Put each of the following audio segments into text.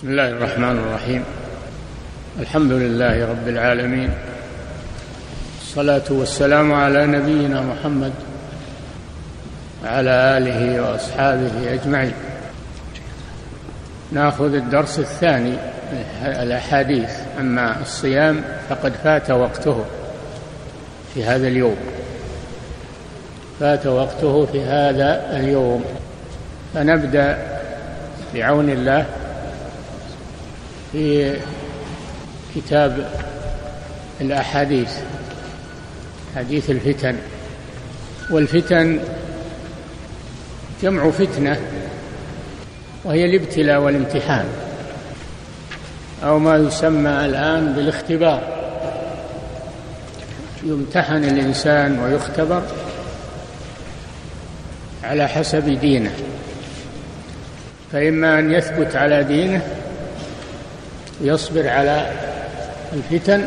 بسم الله الرحمن الرحيم. الحمد لله رب العالمين، الصلاة والسلام على نبينا محمد وعلى آله وأصحابه أجمعين. نأخذ الدرس الثاني، الأحاديث. أما الصيام فقد فات وقته في هذا اليوم، فات وقته في هذا اليوم، فنبدأ بعون الله في كتاب الأحاديث، حديث الفتن. والفتن جمع فتنة، وهي الابتلاء والامتحان، أو ما يسمى الآن بالاختبار. يمتحن الإنسان ويختبر على حسب دينه، فإما أن يثبت على دينه ويصبر على الفتن،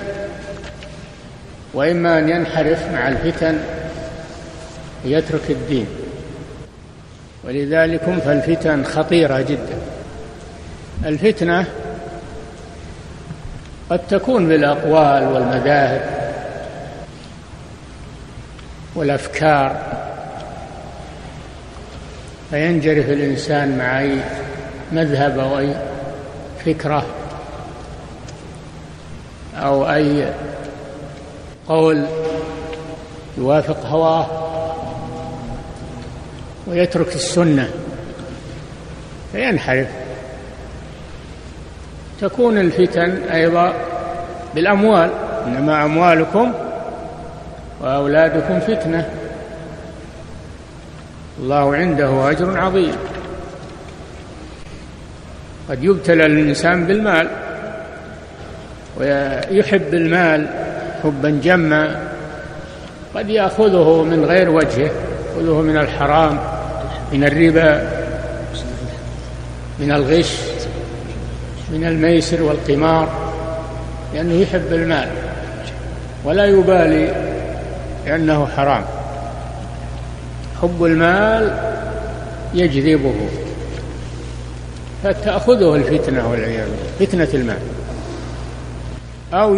وإما أن ينحرف مع الفتن ويترك الدين. ولذلك فالفتن خطيرة جدا. الفتنة قد تكون بالأقوال والمذاهب والأفكار، فينجرف الإنسان مع أي مذهب أو أي فكرة أو أي قول يوافق هواه، ويترك السنة فينحرف. تكون الفتن أيضا بالأموال، إنما أموالكم وأولادكم فتنة، الله عنده أجر عظيم. قد يبتلى الإنسان بالمال ويحب المال حبا جما، قد يأخذه من غير وجهه، يأخذه من الحرام، من الربا، من الغش، من الميسر والقمار، لأنه يحب المال ولا يبالي لأنه حرام. حب المال يجذبه فتأخذه الفتنة والعياذ بالله، فتنة المال. أو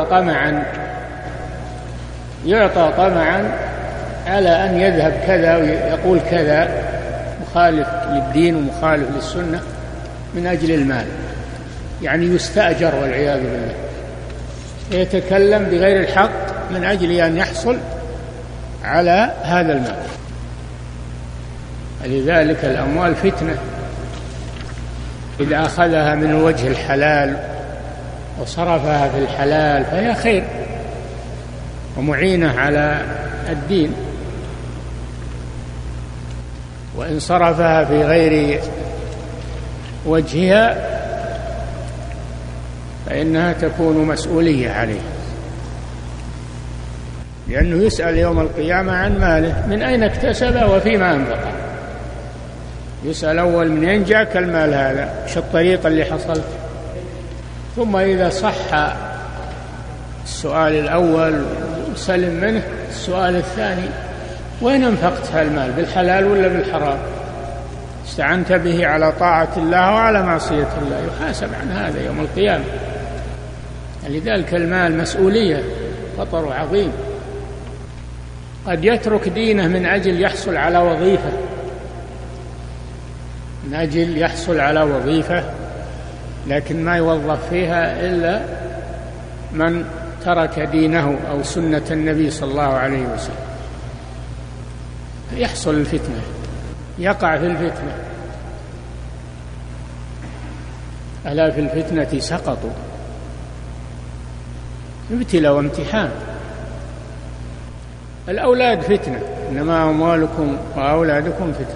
يعطى طمعا على أن يذهب كذا ويقول كذا مخالف للدين ومخالف للسنة من أجل المال، يعني يستأجر والعياذ بالله، يتكلم بغير الحق من أجل أن يحصل على هذا المال. لذلك الأموال فتنة، إذا أخذها من الوجه الحلال وصرفها في الحلال فهي خير ومعينة على الدين، وإن صرفها في غير وجهها فإنها تكون مسؤولية عليه، لأنه يسأل يوم القيامة عن ماله، من أين اكتسب وفيما أنفقه. يسأل أول من أين جاءك المال هذا، إيش الطريقة اللي حصلت. ثم إذا صح السؤال الأول وسلم منه، السؤال الثاني وين أنفقت هالمال، بالحلال ولا بالحرام، استعنت به على طاعة الله وعلى معصية الله، يحاسب عن هذا يوم القيامة. لذلك المال مسؤولية، خطر عظيم. قد يترك دينه من أجل يحصل على وظيفة، من أجل يحصل على وظيفة، لكن ما يوظف فيها إلا من ترك دينه أو سنة النبي صلى الله عليه وسلم. يحصل الفتنة، يقع في الفتنة. ألا في الفتنة سقطوا، ابتلاء وامتحان. الأولاد فتنة، إنما أموالكم وأولادكم فتنة.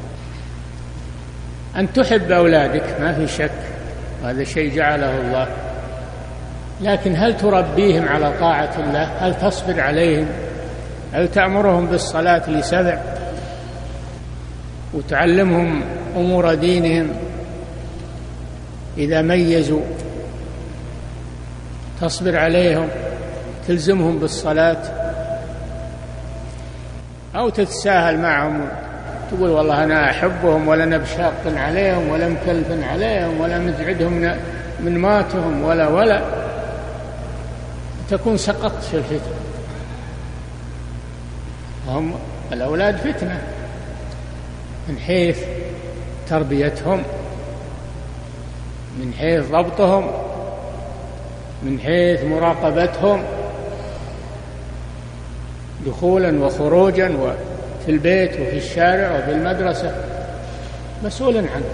أن تحب أولادك ما في شك، هذا شيء جعله الله، لكن هل تربيهم على طاعة الله؟ هل تصبر عليهم؟ هل تأمرهم بالصلاة ل7 وتعلمهم أمور دينهم؟ إذا ميزوا تصبر عليهم، تلزمهم بالصلاة، أو تتساهل معهم تقول والله أنا أحبهم ولا نبشاق عليهم ولا مكلف عليهم ولا مزعدهم من ماتهم ولا تكون سقطت في الفتنة. هم الأولاد فتنة من حيث تربيتهم، من حيث ضبطهم، من حيث مراقبتهم دخولا وخروجا وفي البيت وفي الشارع وفي المدرسة، مسؤول عنه.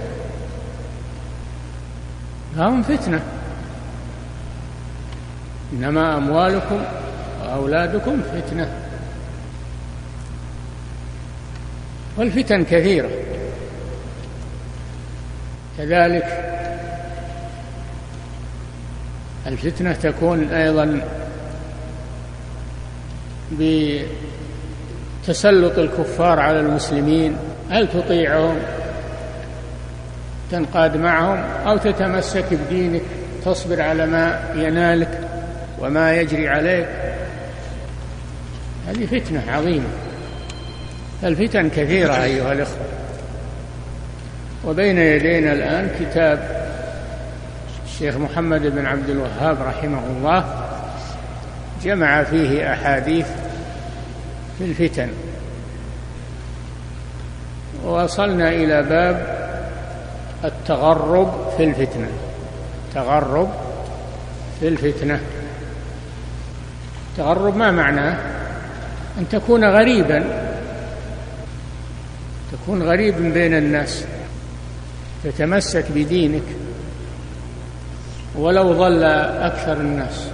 هم فتنة. إنما أموالكم وأولادكم فتنة. والفتن كثيرة. كذلك الفتنة تكون أيضا بتسلط الكفار على المسلمين، هل تطيعهم تنقاد معهم أو تتمسك بدينك تصبر على ما ينالك وما يجري عليك؟ هذه فتنة عظيمة. الفتن كثيرة أيها الأخوة. وبين يدينا الآن كتاب الشيخ محمد بن عبد الوهاب رحمه الله جمع فيه أحاديث في الفتن، ووصلنا إلى باب التغرب في الفتنة. تغرب في الفتنة. تغرب ما معناه؟ أن تكون غريبا، تكون غريب بين الناس، تتمسك بدينك ولو ضل أكثر الناس،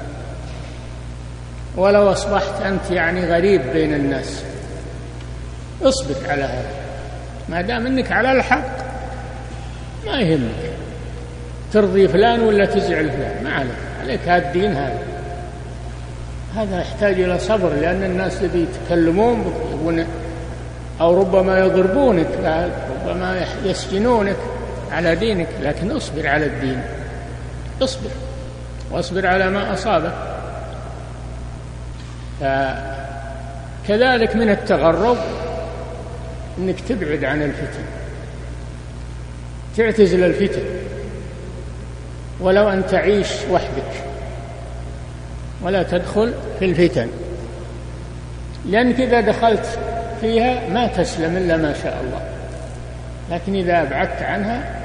ولو أصبحت أنت غريب بين الناس، اصبر على هذا ما دام أنك على الحق، ما يهمك ترضي فلان ولا تزعل فلان، ما عليك هذا الدين. هذا يحتاج إلى صبر، لأن الناس اللي يتكلمون بك أو ربما يضربونك، ربما يسجنونك على دينك، لكن اصبر على الدين، اصبر واصبر على ما أصابك. كذلك من التغرب أنك تبعد عن الفتن، تعتزل الفتن، ولو أن تعيش وحدك ولا تدخل في الفتن، لأنك إذا دخلت فيها ما تسلم إلا ما شاء الله، لكن إذا أبعدت عنها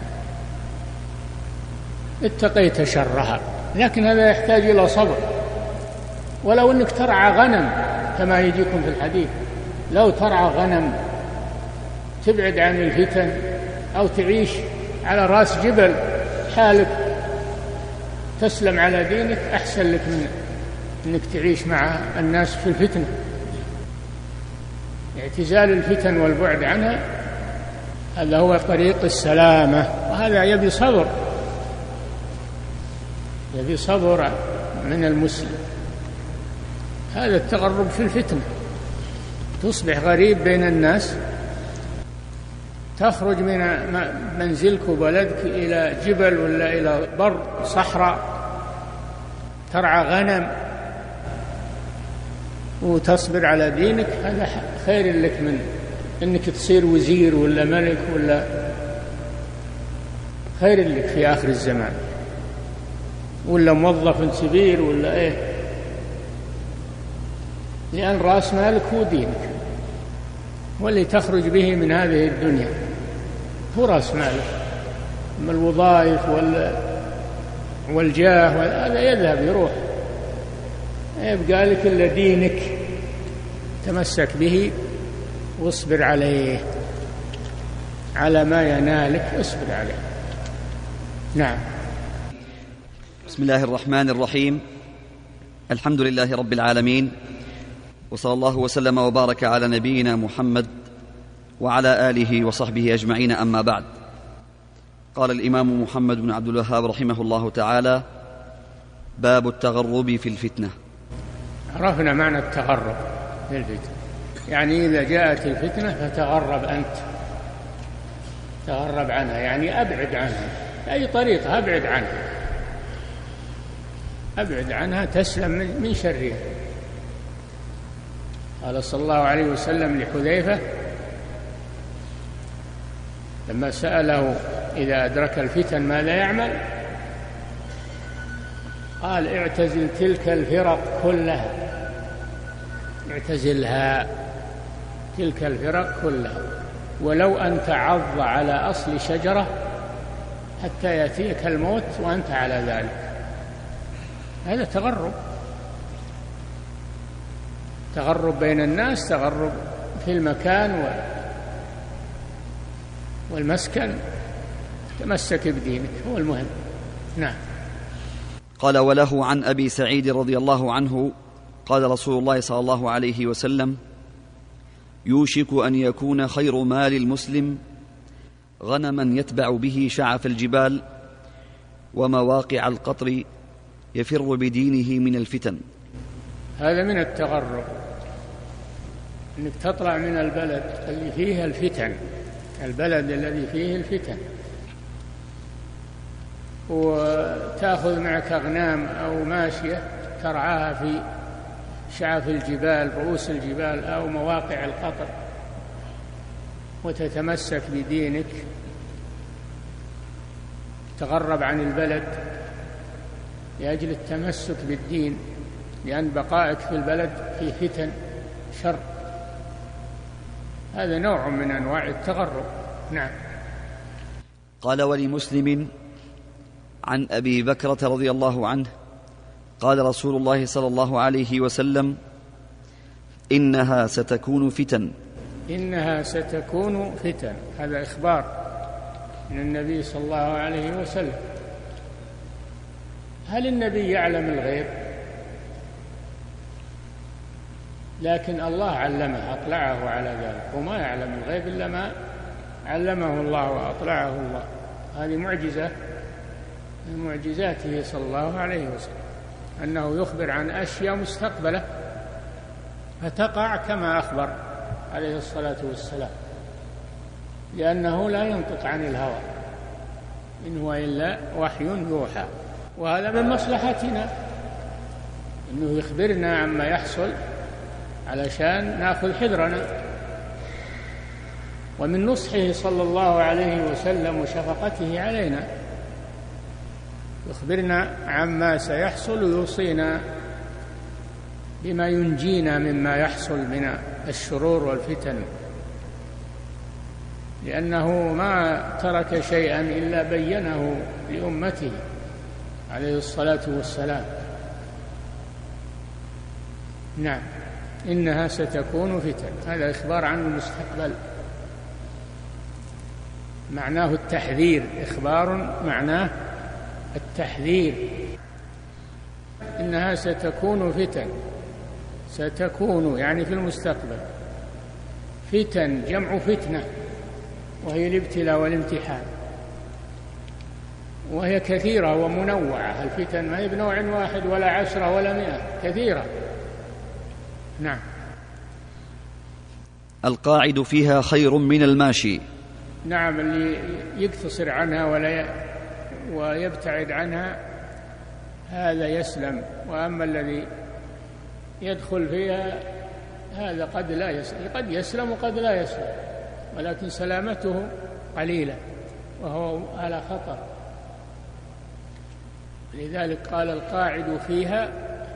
اتقيت شرها. لكن هذا يحتاج إلى صبر. ولو أنك ترعى غنم كما يجيكم في الحديث، لو ترعى غنم تبعد عن الفتن، أو تعيش على رأس جبل حالك تسلم على دينك، أحسن لك من أنك تعيش مع الناس في الفتنة. اعتزال الفتن والبعد عنها هذا هو طريق السلامة، وهذا يبي صبر، يبي صبر من المسلم. هذا التغرب في الفتنة، تصبح غريب بين الناس، تخرج من منزلك وبلدك إلى جبل ولا إلى بر صحراء ترعى غنم وتصبر على دينك، هذا خير لك من أنك تصير وزير ولا ملك، ولا خير لك في آخر الزمان، ولا موظف كبير ولا إيه، لأن رأس مالك هو دينك، واللي تخرج به من هذه الدنيا هو رأس مالك. أما الوظائف والجاه هذا يذهب يروح، يبقى لك إلا دينك تمسك به واصبر عليه، على ما ينالك اصبر عليه. نعم. بسم الله الرحمن الرحيم. الحمد لله رب العالمين، وصلى الله وسلم وبارك على نبينا محمد وعلى آله وصحبه أجمعين، أما بعد. قال الإمام محمد بن عبد الوهاب رحمه الله تعالى: باب التغرب في الفتنة. عرفنا معنى التغرب في الفتنة، يعني إذا جاءت الفتنة فتغرب أنت، تغرب عنها، أبعد عنها بأي طريقة، أبعد عنها، أبعد عنها تسلم من شرها. قال صلى الله عليه وسلم لحذيفة: لما سأله إذا أدرك الفتن ماذا يعمل؟ قال اعتزل تلك الفرق كلها، اعتزلها تلك الفرق كلها، ولو أن تعض على أصل شجرة حتى يأتيك الموت وأنت على ذلك. هذا تغرب بين الناس، تغرب في المكان والمسكن. تمسك بدينك هو المهم. نعم. قال: وله عن أبي سعيد رضي الله عنه قال رسول الله صلى الله عليه وسلم: يوشك أن يكون خير مال المسلم غنما يتبع به شعف الجبال ومواقع القطر يفر بدينه من الفتن. هذا من التغرب، أنك تطلع من البلد اللي فيه الفتن، البلد الذي فيه الفتن، وتأخذ معك أغنام أو ماشية ترعاها في شعف الجبال، رؤوس الجبال أو مواقع القطر، وتتمسك بدينك، تغرب عن البلد لأجل التمسك بالدين، لأن بقائك في البلد فيه فتن شر. هذا نوع من أنواع التغرب. نعم. قال: ولمسلم عن أبي بكرة رضي الله عنه قال رسول الله صلى الله عليه وسلم: إنها ستكون فتن. إنها ستكون فتن، هذا إخبار من النبي صلى الله عليه وسلم. هل النبي يعلم الغيب؟ لكن الله علمه، أطلعه على ذلك، وما يعلم الغيب إلا ما علمه الله وأطلعه الله. هذه معجزة من معجزاته صلى الله عليه وسلم، أنه يخبر عن أشياء مستقبلة فتقع كما أخبر عليه الصلاة والسلام، لأنه لا ينطق عن الهوى، إن هو إلا وحي يوحى. وهذا من مصلحتنا أنه يخبرنا عما يحصل علشان نأخذ حذرنا. ومن نصحه صلى الله عليه وسلم وشفقته علينا يخبرنا عما سيحصل ويوصينا بما ينجينا مما يحصل من الشرور والفتن، لأنه ما ترك شيئا إلا بينه لأمته عليه الصلاة والسلام. نعم. إنها ستكون فتن، هذا إخبار عن المستقبل، معناه التحذير، إخبار معناه التحذير. إنها ستكون فتن، ستكون يعني في المستقبل. فتن جمع فتنة، وهي الابتلاء والامتحان، وهي كثيرة ومنوعة. الفتن ما هي بنوع واحد ولا 10 ولا 100، كثيرة. نعم. القاعد فيها خير من الماشي. نعم، اللي يقتصر عنها ويبتعد عنها هذا يسلم، وأما الذي يدخل فيها هذا قد لا يسلم، قد يسلم وقد لا يسلم، ولكن سلامته قليلة وهو على خطر. لذلك قال: القاعد فيها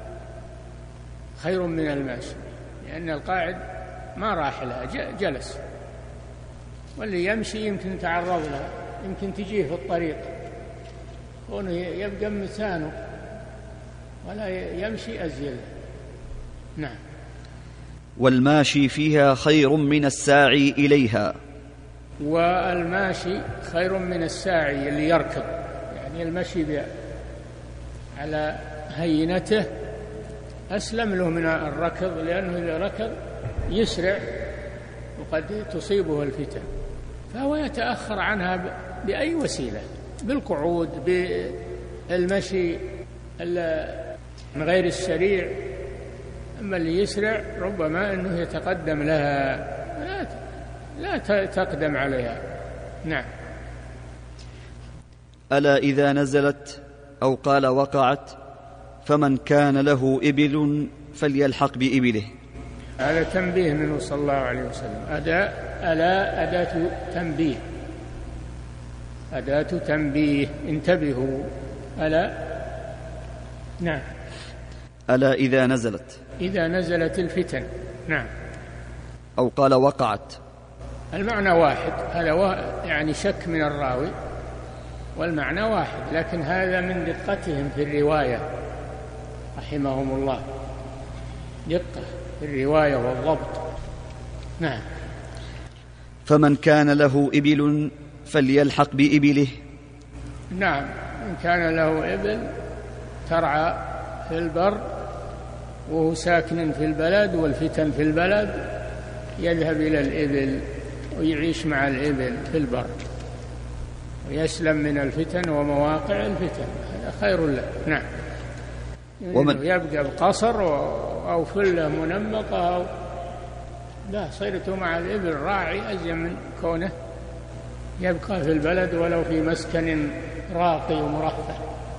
خير من الماشي، لأن القاعد ما راح لها، جلس، واللي يمشي يمكن تعرض لها، يمكن تجيه في الطريق، كونه يبقى مكانه ولا يمشي أزيل. نعم. والماشي فيها خير من الساعي إليها. والماشي خير من الساعي، اللي يركض، يعني المشي على هينته أسلم له من الركض، لأنه إذا ركض يسرع وقد تصيبه الفتن، فهو يتأخر عنها بأي وسيلة، بالقعود، بالمشي من غير السريع. أما اللي يسرع ربما أنه يتقدم لها، لا تقدم عليها. نعم. ألا إذا نزلت أو قال وقعت فمن كان له إبل فليلحق بإبله. هذا تنبيه منه صلى الله عليه وسلم. ألا أداة تنبيه، أداة تنبيه، انتبهوا. ألا نعم، ألا إذا نزلت الفتن. نعم. أو قال وقعت. المعنى واحد، هذا يعني شك من الراوي، والمعنى واحد، لكن هذا من دقتهم في الرواية رحمهم الله، دقة في الرواية والضبط. نعم. فمن كان له إبل فليلحق بإبله. نعم، إن كان له إبل ترعى في البر وهو ساكن في البلد والفتن في البلد، يذهب إلى الإبل ويعيش مع الإبل في البر ويسلم من الفتن ومواقع الفتن، هذا خير له. نعم. يبقى بقصر أو فلة منمقة أو لا، صرت مع الإبل راعي أزين من كونه يبقى في البلد ولو في مسكن راقي ومرفه.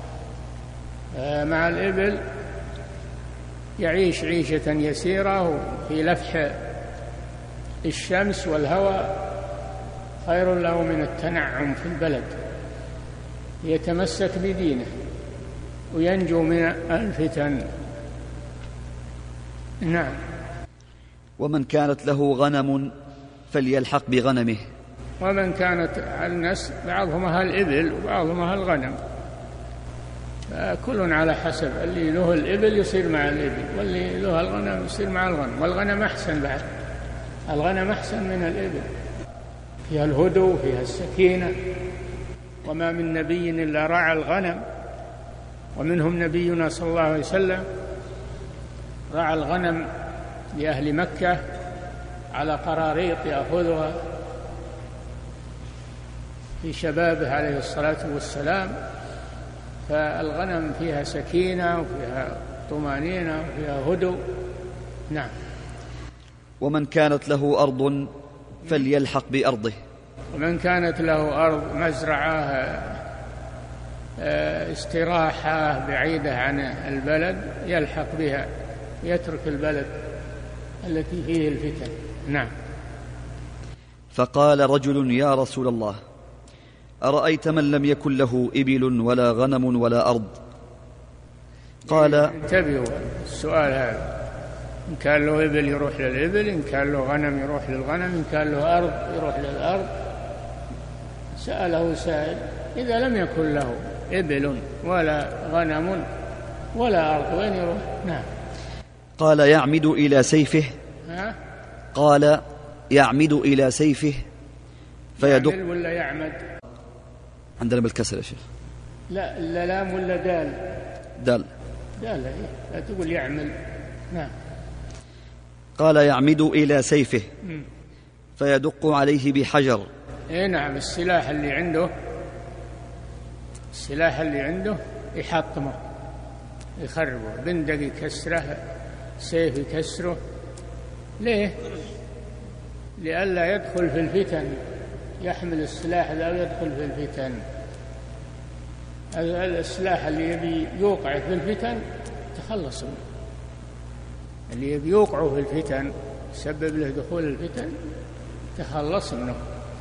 مع الإبل يعيش عيشة يسيرة في لفح الشمس والهواء، خير له من التنعم في البلد، يتمسك بدينه وينجو من الفتن. نعم. ومن كانت له غنم فليلحق بغنمه. ومن كانت الناس بعضهم أهل الإبل وبعضهم أهل الغنم، كل على حسب، اللي له الإبل يصير مع الإبل، واللي له الغنم يصير مع الغنم، والغنم أحسن بعد، الغنم أحسن من الإبل، فيها الهدوء فيها السكينة. وما من نبي إلا رعى الغنم، ومنهم نبينا صلى الله عليه وسلم رعى الغنم لأهل مكة على قراريط يأخذها في شبابه عليه الصلاة والسلام، فالغنم فيها سكينة وفيها طمأنينة وفيها هدوء. نعم. ومن كانت له أرض فليلحق بأرضه. ومن كانت له أرض مزرعة استراحة بعيدة عن البلد يلحق بها، يترك البلد التي فيه الفتن. نعم. فقال رجل يا رسول الله أرأيت من لم يكن له إبل ولا غنم ولا أرض؟ قال انتبهوا السؤال هذا، إن كان له إبل يروح للإبل، إن كان له غنم يروح للغنم، إن كان له أرض يروح للأرض. سأله سائل إذا لم يكن له إبل ولا غنم ولا أرض وين يروح؟ نعم. قال يعمد إلى سيفه. قال يعمد إلى سيفه فيدق. يعمل ولا يعمد؟ عندنا بالكسر يا شيخ. لا لام ولا دال؟ دال. لا تقول يعمل. نعم. قال يعمد إلى سيفه فيدق عليه بحجر. نعم. السلاح اللي عنده يحطمه يخربه، بندق يكسره، سيف يكسره. ليه؟ لئلا يدخل في الفتن، يحمل السلاح لا يدخل في الفتن. السلاح اللي يبي يوقع في الفتن تخلص منه، اللي يبي يوقعه في الفتن يسبب له دخول الفتن تخلص منه.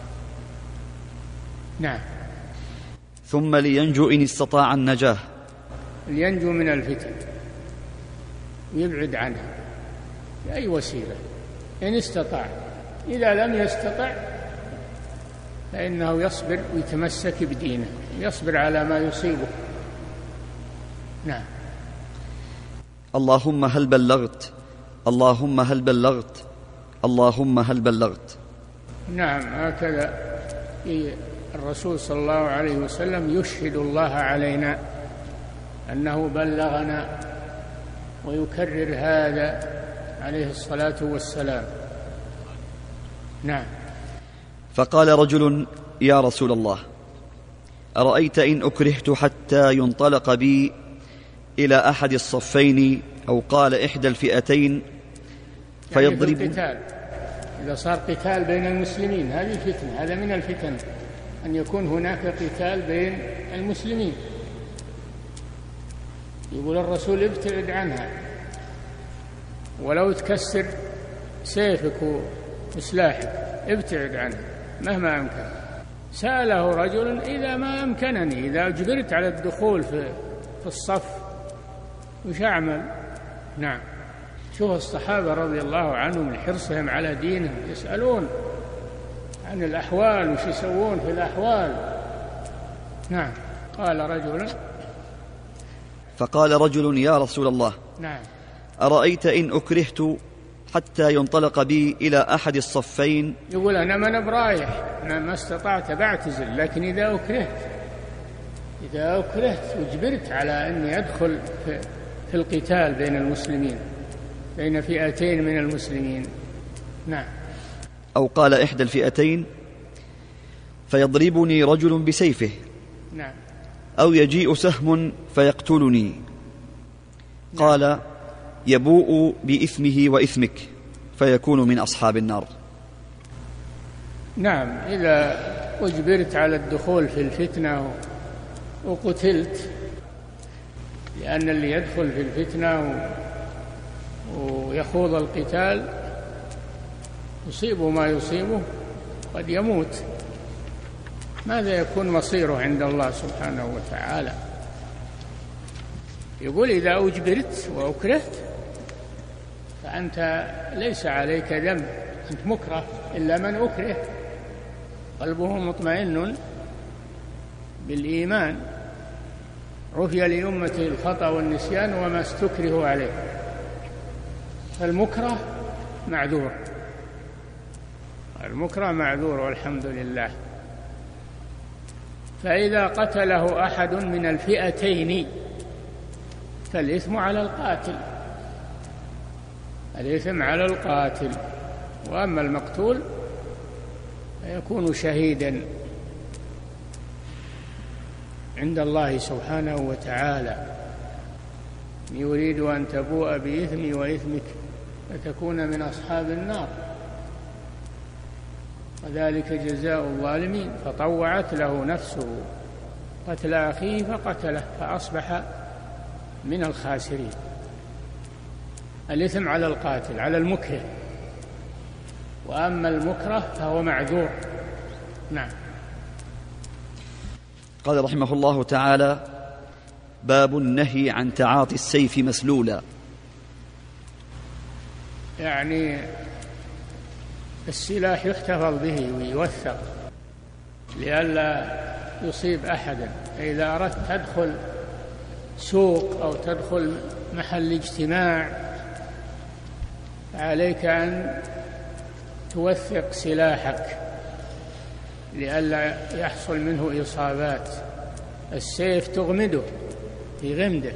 نعم. ثم لينجو إن استطاع النجاة، لينجو من الفتن ويبعد عنها بأي وسيلة إن استطاع. إذا لم يستطع فإنه يصبر ويتمسك بدينه، يصبر على ما يصيبه. نعم. اللهم هل بلغت، اللهم هل بلغت، اللهم هل بلغت. نعم. هكذا الرسول صلى الله عليه وسلم يشهد الله علينا أنه بلغنا، ويكرر هذا عليه الصلاة والسلام. نعم. فقال رجل يا رسول الله أرأيت إن أكرهت حتى ينطلق بي إلى أحد الصفين، أو قال إحدى الفئتين، فيضرب. يعني إذا صار قتال بين المسلمين، هذه فتنة، هذا من الفتن أن يكون هناك قتال بين المسلمين. يقول الرسول ابتعد عنها، ولو تكسر سيفك وسلاحك ابتعد عنها مهما أمكن. سأله رجل: إذا ما أمكنني، إذا أجبرت على الدخول في الصف وش أعمل؟ نعم. شوف الصحابة رضي الله عنهم لحرصهم على دينهم، يسألون عن الأحوال وش يسوون في الأحوال. نعم. فقال رجل: يا رسول الله، نعم، أرأيت إن أكرهت حتى ينطلق بي إلى أحد الصفين؟ يقول: أنا من برايح، أنا ما استطعت بعتزل، لكن إذا أكرهت وجبرت على أني أدخل في القتال بين المسلمين، بين فئتين من المسلمين. نعم. أو قال: إحدى الفئتين فيضربني رجل بسيفه. نعم. أو يجيء سهم فيقتلني. قال: يبوء بإثمه وإثمك فيكون من أصحاب النار. نعم. إذا أجبرت على الدخول في الفتنة وقتلت، لأن اللي يدخل في الفتنة ويخوض القتال يصيبه ما يصيبه، قد يموت، ماذا يكون مصيره عند الله سبحانه وتعالى؟ يقول: إذا أجبرت وأكرهت فأنت ليس عليك ذنب، أنت مكره، إلا من أكره قلبه مطمئن بالإيمان. عفي لأمته الخطأ والنسيان وما استكرهوا عليه. فالمكره معذور، المكره معذور والحمد لله. فإذا قتله أحد من الفئتين فالإثم على القاتل، الإثم على القاتل، وأما المقتول فيكون شهيدا عند الله سبحانه وتعالى. يريد أن تبوء بإثمي وإثمك فتكون من أصحاب النار، وذلك جزاء الظالمين. فطوعت له نفسه قتل أخيه فقتله فأصبح من الخاسرين. الإثم على القاتل، على المكره، وأما المكره فهو معذور. نعم. قال رحمه الله تعالى: باب النهي عن تعاطي السيف مسلولا. يعني السلاح يحتفظ به ويوثق لئلا يصيب أحدا. إذا أردت تدخل سوق أو تدخل محل اجتماع عليك أن توثق سلاحك لئلا يحصل منه إصابات. السيف تغمده في غمده،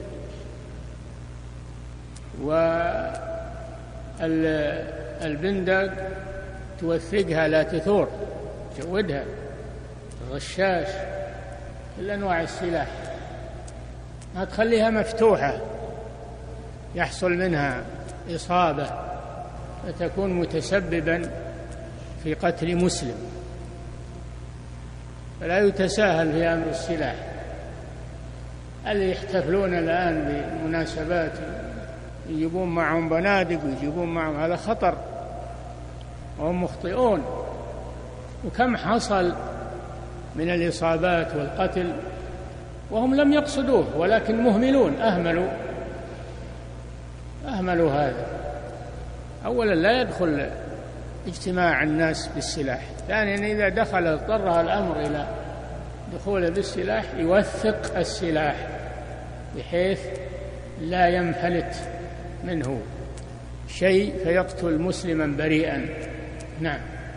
والبندق توثقها لا تثور، تجودها، الرشاش، كل أنواع السلاح ما تخليها مفتوحة يحصل منها إصابة فتكون متسببا في قتل مسلم. فلا يتساهل في أمر السلاح. اللي يحتفلون الآن بمناسبات يجيبون معهم بنادق ويجيبون معهم، هذا خطر وهم مخطئون. وكم حصل من الإصابات والقتل وهم لم يقصدوه، ولكن مهملون، أهملوا هذا. أولا لا يدخل اجتماع الناس بالسلاح. ثانيا إذا دخل اضطر الأمر إلى دخوله بالسلاح يوثق السلاح بحيث لا ينفلت منه شيء فيقتل مسلما بريئا. نعم.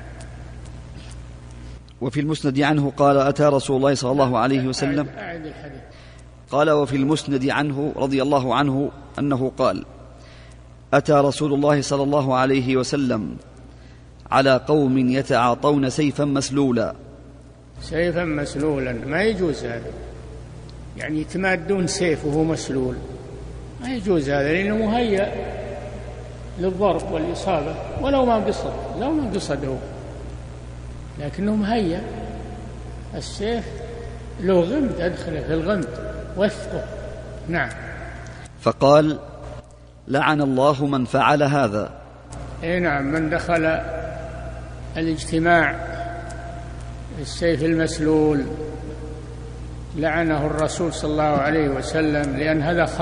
وفي المسند عنه قال: أتى رسول الله صلى الله عليه وسلم. أعد الحديث. قال: وفي المسند عنه رضي الله عنه أنه قال: أتى رسول الله صلى الله عليه وسلم على قوم يتعاطون سيفا مسلولا. سيفا مسلولا ما يجوز هذا، يعني يتمادون سيف وهو مسلول، ما يجوز هذا، لأنه مهيأ للضرب والإصابة ولو ما قصده، لكنه مهيأ. السيف له غمد، أدخله في الغمد وثقه. نعم. فقال: لعن الله من فعل هذا. نعم، من دخل الاجتماع السيف المسلول لعنه الرسول صلى الله عليه وسلم، لأن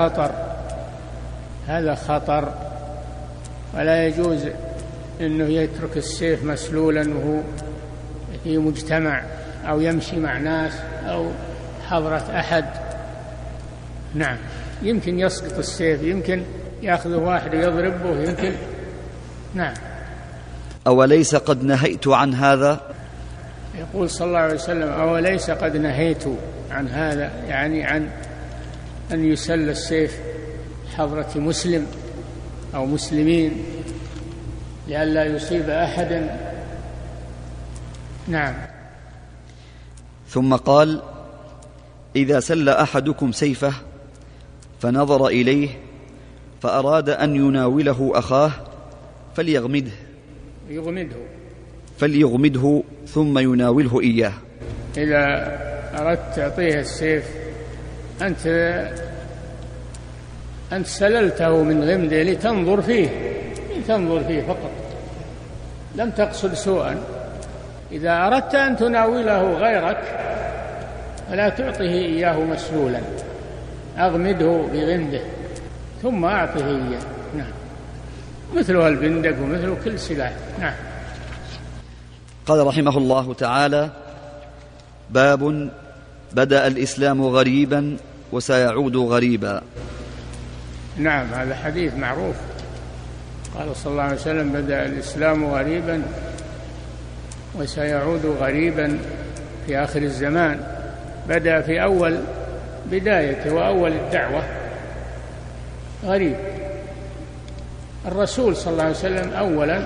هذا خطر، ولا يجوز أنه يترك السيف مسلولا وهو في مجتمع أو يمشي مع ناس أو حضرة أحد. نعم، يمكن يسقط السيف، يمكن يأخذ واحد يضربه، يمكن. نعم. أوليس قد نهيت عن هذا؟ يقول صلى الله عليه وسلم: أوليس قد نهيت عن هذا، يعني عن أن يسل السيف حضرة مسلم أو مسلمين لئلا يصيب أحدا. نعم. ثم قال: إذا سل أحدكم سيفه فنظر إليه فأراد أن يناوله أخاه فليغمده ثم يناوله إياه. إذا أردت تعطيه السيف، أنت سللته من غمده لتنظر فيه فقط، لم تقصد سوءا. إذا أردت أن تناوله غيرك فلا تعطيه إياه مسلولا، أغمده بغمده ثم أعطيه إياه. نعم، مثل البندق ومثل كل سلاح. نعم. قال رحمه الله تعالى: باب بدأ الإسلام غريبا وسيعود غريبا. نعم، هذا حديث معروف. قال صلى الله عليه وسلم: بدأ الإسلام غريبا وسيعود غريبا في آخر الزمان. بدأ في أول بدايته وأول الدعوة غريب. الرسول صلى الله عليه وسلم أولا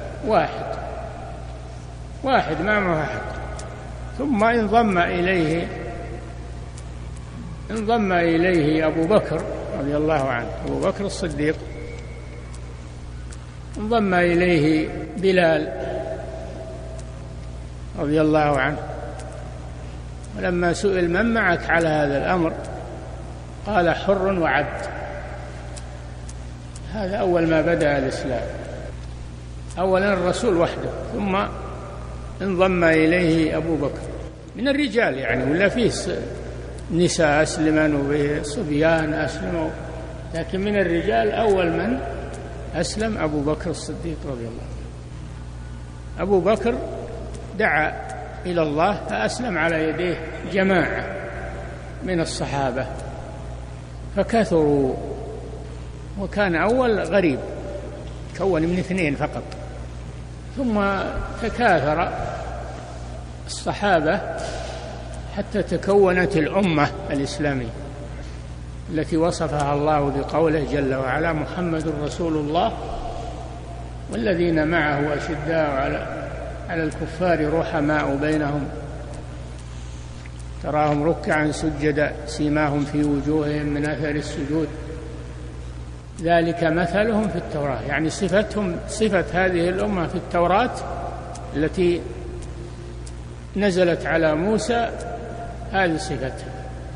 واحد ما معه أحد، ثم انضم إليه أبو بكر رضي الله عنه، أبو بكر الصديق، انضم إليه بلال رضي الله عنه. ولما سئل: من معك على هذا الأمر؟ قال: حر وعبد. هذا أول ما بدأ الإسلام. أولا الرسول وحده، ثم انضم إليه أبو بكر من الرجال يعني، ولا فيه نساء أسلمن وفيه صبيان أسلموا، لكن من الرجال أول من أسلم أبو بكر الصديق رضي الله عنه. أبو بكر دعا إلى الله فأسلم على يديه جماعة من الصحابة فكثروا، وكان أول غريب كون من 2 فقط، ثم تكاثر الصحابة حتى تكونت الأمة الإسلامية التي وصفها الله بقوله جل وعلا: محمد رسول الله والذين معه أشداء على الكفار رحماء بينهم تراهم ركعا سجدا سيماهم في وجوههم من أثر السجود ذلك مثلهم في التوراة. يعني صفة هذه الأمة في التوراة التي نزلت على موسى، هذه صفتها.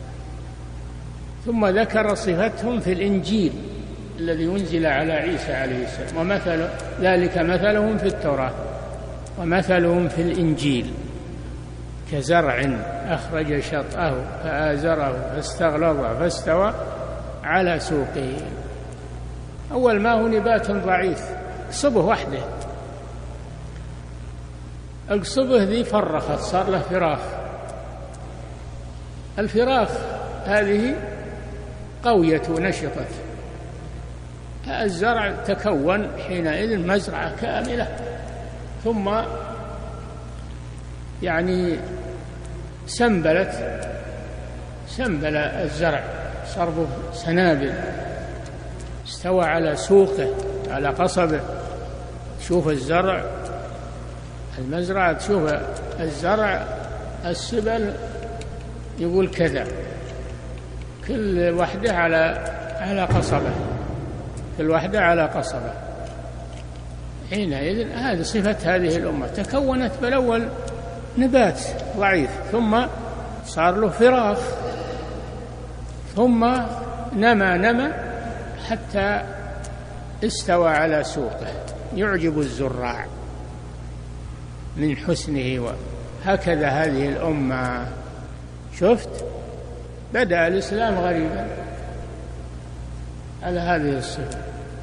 ثم ذكر صفتهم في الإنجيل الذي أنزل على عيسى عليه السلام: ومثل ذلك مثلهم في التوراة ومثلهم في الإنجيل كزرع أخرج شطأه فآزره فاستغلظ فاستوى على سوقه. أول ما هو نبات ضعيف، صبه وحده، الصبه ذي فرخت صار له فراخ، الفراخ هذه قويت ونشطت، الزرع تكون حينئذ مزرعة كاملة، ثم يعني سنبل الزرع، صار سنابل، استوى على سوقه على قصبه. شوف الزرع، المزرعة تشوف الزرع، السبل يقول كذا، كل وحدة على قصبة، كل وحدة على قصبة. حينئذ هذه صفة هذه الأمة، تكونت بالأول نبات ضعيف، ثم صار له فراخ، ثم نمى حتى استوى على سوقه، يعجب الزراع من حسنه هكذا هذه الأمة. شفت، بدأ الإسلام غريبا على هذه الصفة،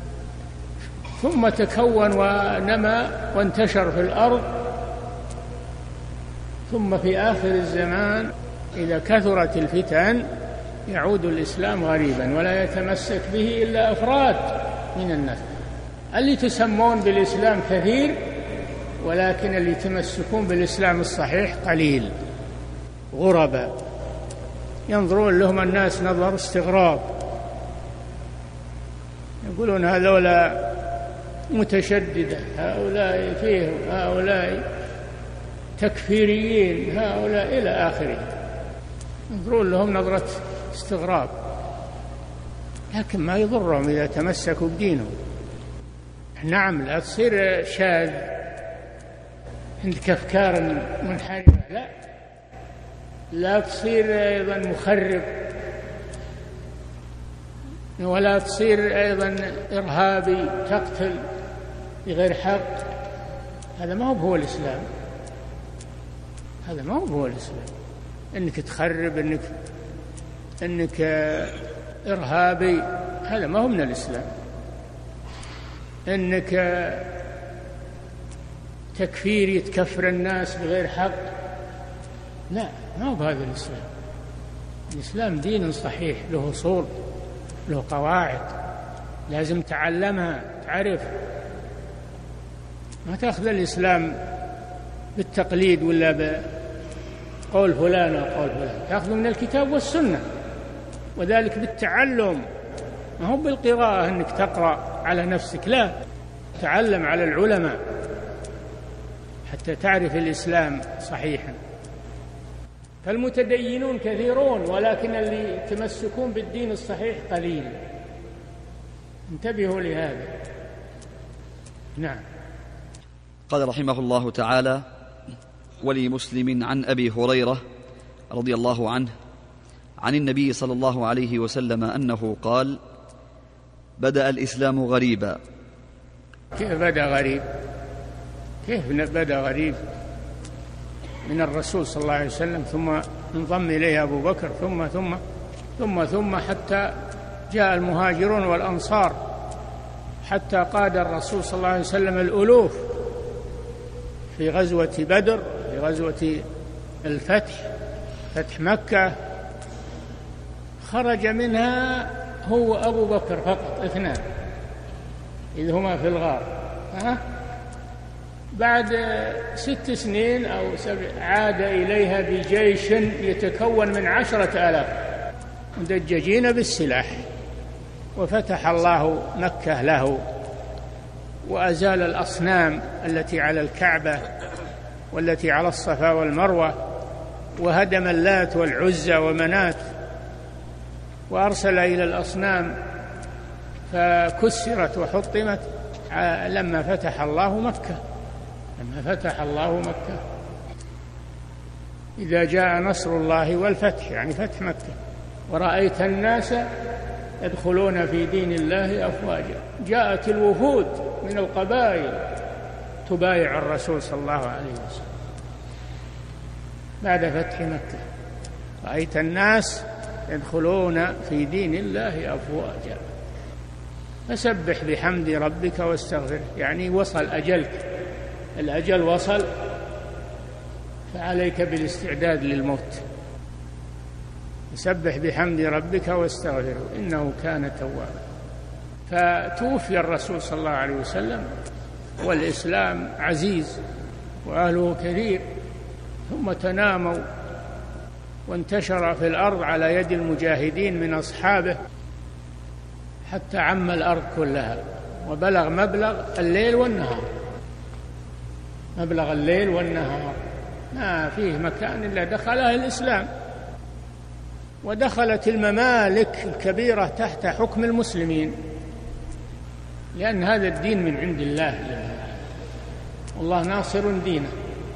ثم تكون ونمى وانتشر في الأرض، ثم في آخر الزمان إذا كثرت الفتن يعود الإسلام غريبا ولا يتمسك به إلا أفراد من الناس. اللي تسمون بالإسلام كثير، ولكن اللي يتمسكون بالإسلام الصحيح قليل، غرباء ينظرون لهم الناس نظر استغراب، يقولون هذولا متشددة، هؤلاء فيهم، هؤلاء تكفيريين، هؤلاء إلى آخره، ينظرون لهم نظرة استغراب، لكن ما يضرهم إذا تمسكوا بدينهم. نعم، لا تصير شاذ عندك أفكار منحرفة، لا تصير أيضا مخرب، ولا تصير أيضا إرهابي تقتل بغير حق. هذا ما هو الإسلام، هذا ما هو الإسلام. إنك تخرب، إنك إرهابي، هذا ما هو من الإسلام. إنك تكفيري تكفر الناس بغير حق، لا، ما هو بهذا الإسلام. الإسلام دين صحيح، له أصول، له قواعد، لازم تعلمها، تعرف. ما تأخذ الإسلام بالتقليد ولا بقول فلان وقول فلان، تأخذ من الكتاب والسنة، وذلك بالتعلم، ما هو بالقراءة أنك تقرأ على نفسك، لا، تعلم على العلماء حتى تعرف الإسلام صحيحا. فالمتدينون كثيرون، ولكن اللي يتمسكون بالدين الصحيح قليل. انتبهوا لهذا. نعم. قال رحمه الله تعالى: ولمسلم عن أبي هريرة رضي الله عنه عن النبي صلى الله عليه وسلم أنه قال: بدأ الإسلام غريبا. كيف بدأ غريب؟ كيف بدأ غريب؟ من الرسول صلى الله عليه وسلم، ثم انضم إليه أبو بكر، ثم حتى جاء المهاجرون والأنصار، حتى قاد الرسول صلى الله عليه وسلم الألوف في غزوة بدر، في غزوة الفتح، فتح مكة، خرج منها هو أبو بكر فقط، 2 إذ هما في الغار. بعد 6 سنين أو 7 عاد إليها بجيش يتكون من 10,000 مدججين بالسلاح، وفتح الله مكة له، وأزال الأصنام التي على الكعبة والتي على الصفا والمروة، وهدم اللات والعزى ومنات، وأرسل إلى الأصنام فكسرت وحطمت لما فتح الله مكة. إذا جاء نصر الله والفتح، يعني فتح مكة، ورأيت الناس يدخلون في دين الله أفواجا، جاءت الوفود من القبائل تبايع الرسول صلى الله عليه وسلم بعد فتح مكة. رأيت الناس يدخلون في دين الله أفواجا، فسبح بحمد ربك واستغفره، يعني وصل أجلك، الأجل وصل، فعليك بالاستعداد للموت. سبح بحمد ربك واستغفره إنه كان توابا. فتوفي الرسول صلى الله عليه وسلم والإسلام عزيز وأهله كثير، ثم تناموا وانتشر في الأرض على يد المجاهدين من أصحابه حتى عم الأرض كلها، وبلغ مبلغ الليل والنهار، مبلغ الليل والنهار، ما فيه مكان إلا دخله الإسلام. ودخلت الممالك الكبيرة تحت حكم المسلمين، لأن هذا الدين من عند الله، والله ناصر دينه،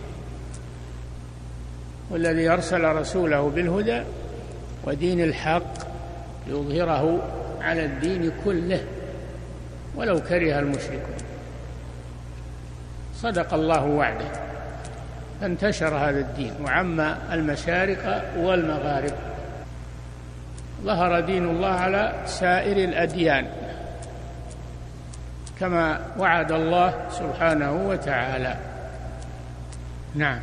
والذي أرسل رسوله بالهدى ودين الحق ليظهره على الدين كله ولو كره المشركون. صدق الله وعده. فانتشر هذا الدين وعم المشارق والمغارب. ظهر دين الله على سائر الأديان كما وعد الله سبحانه وتعالى. نعم.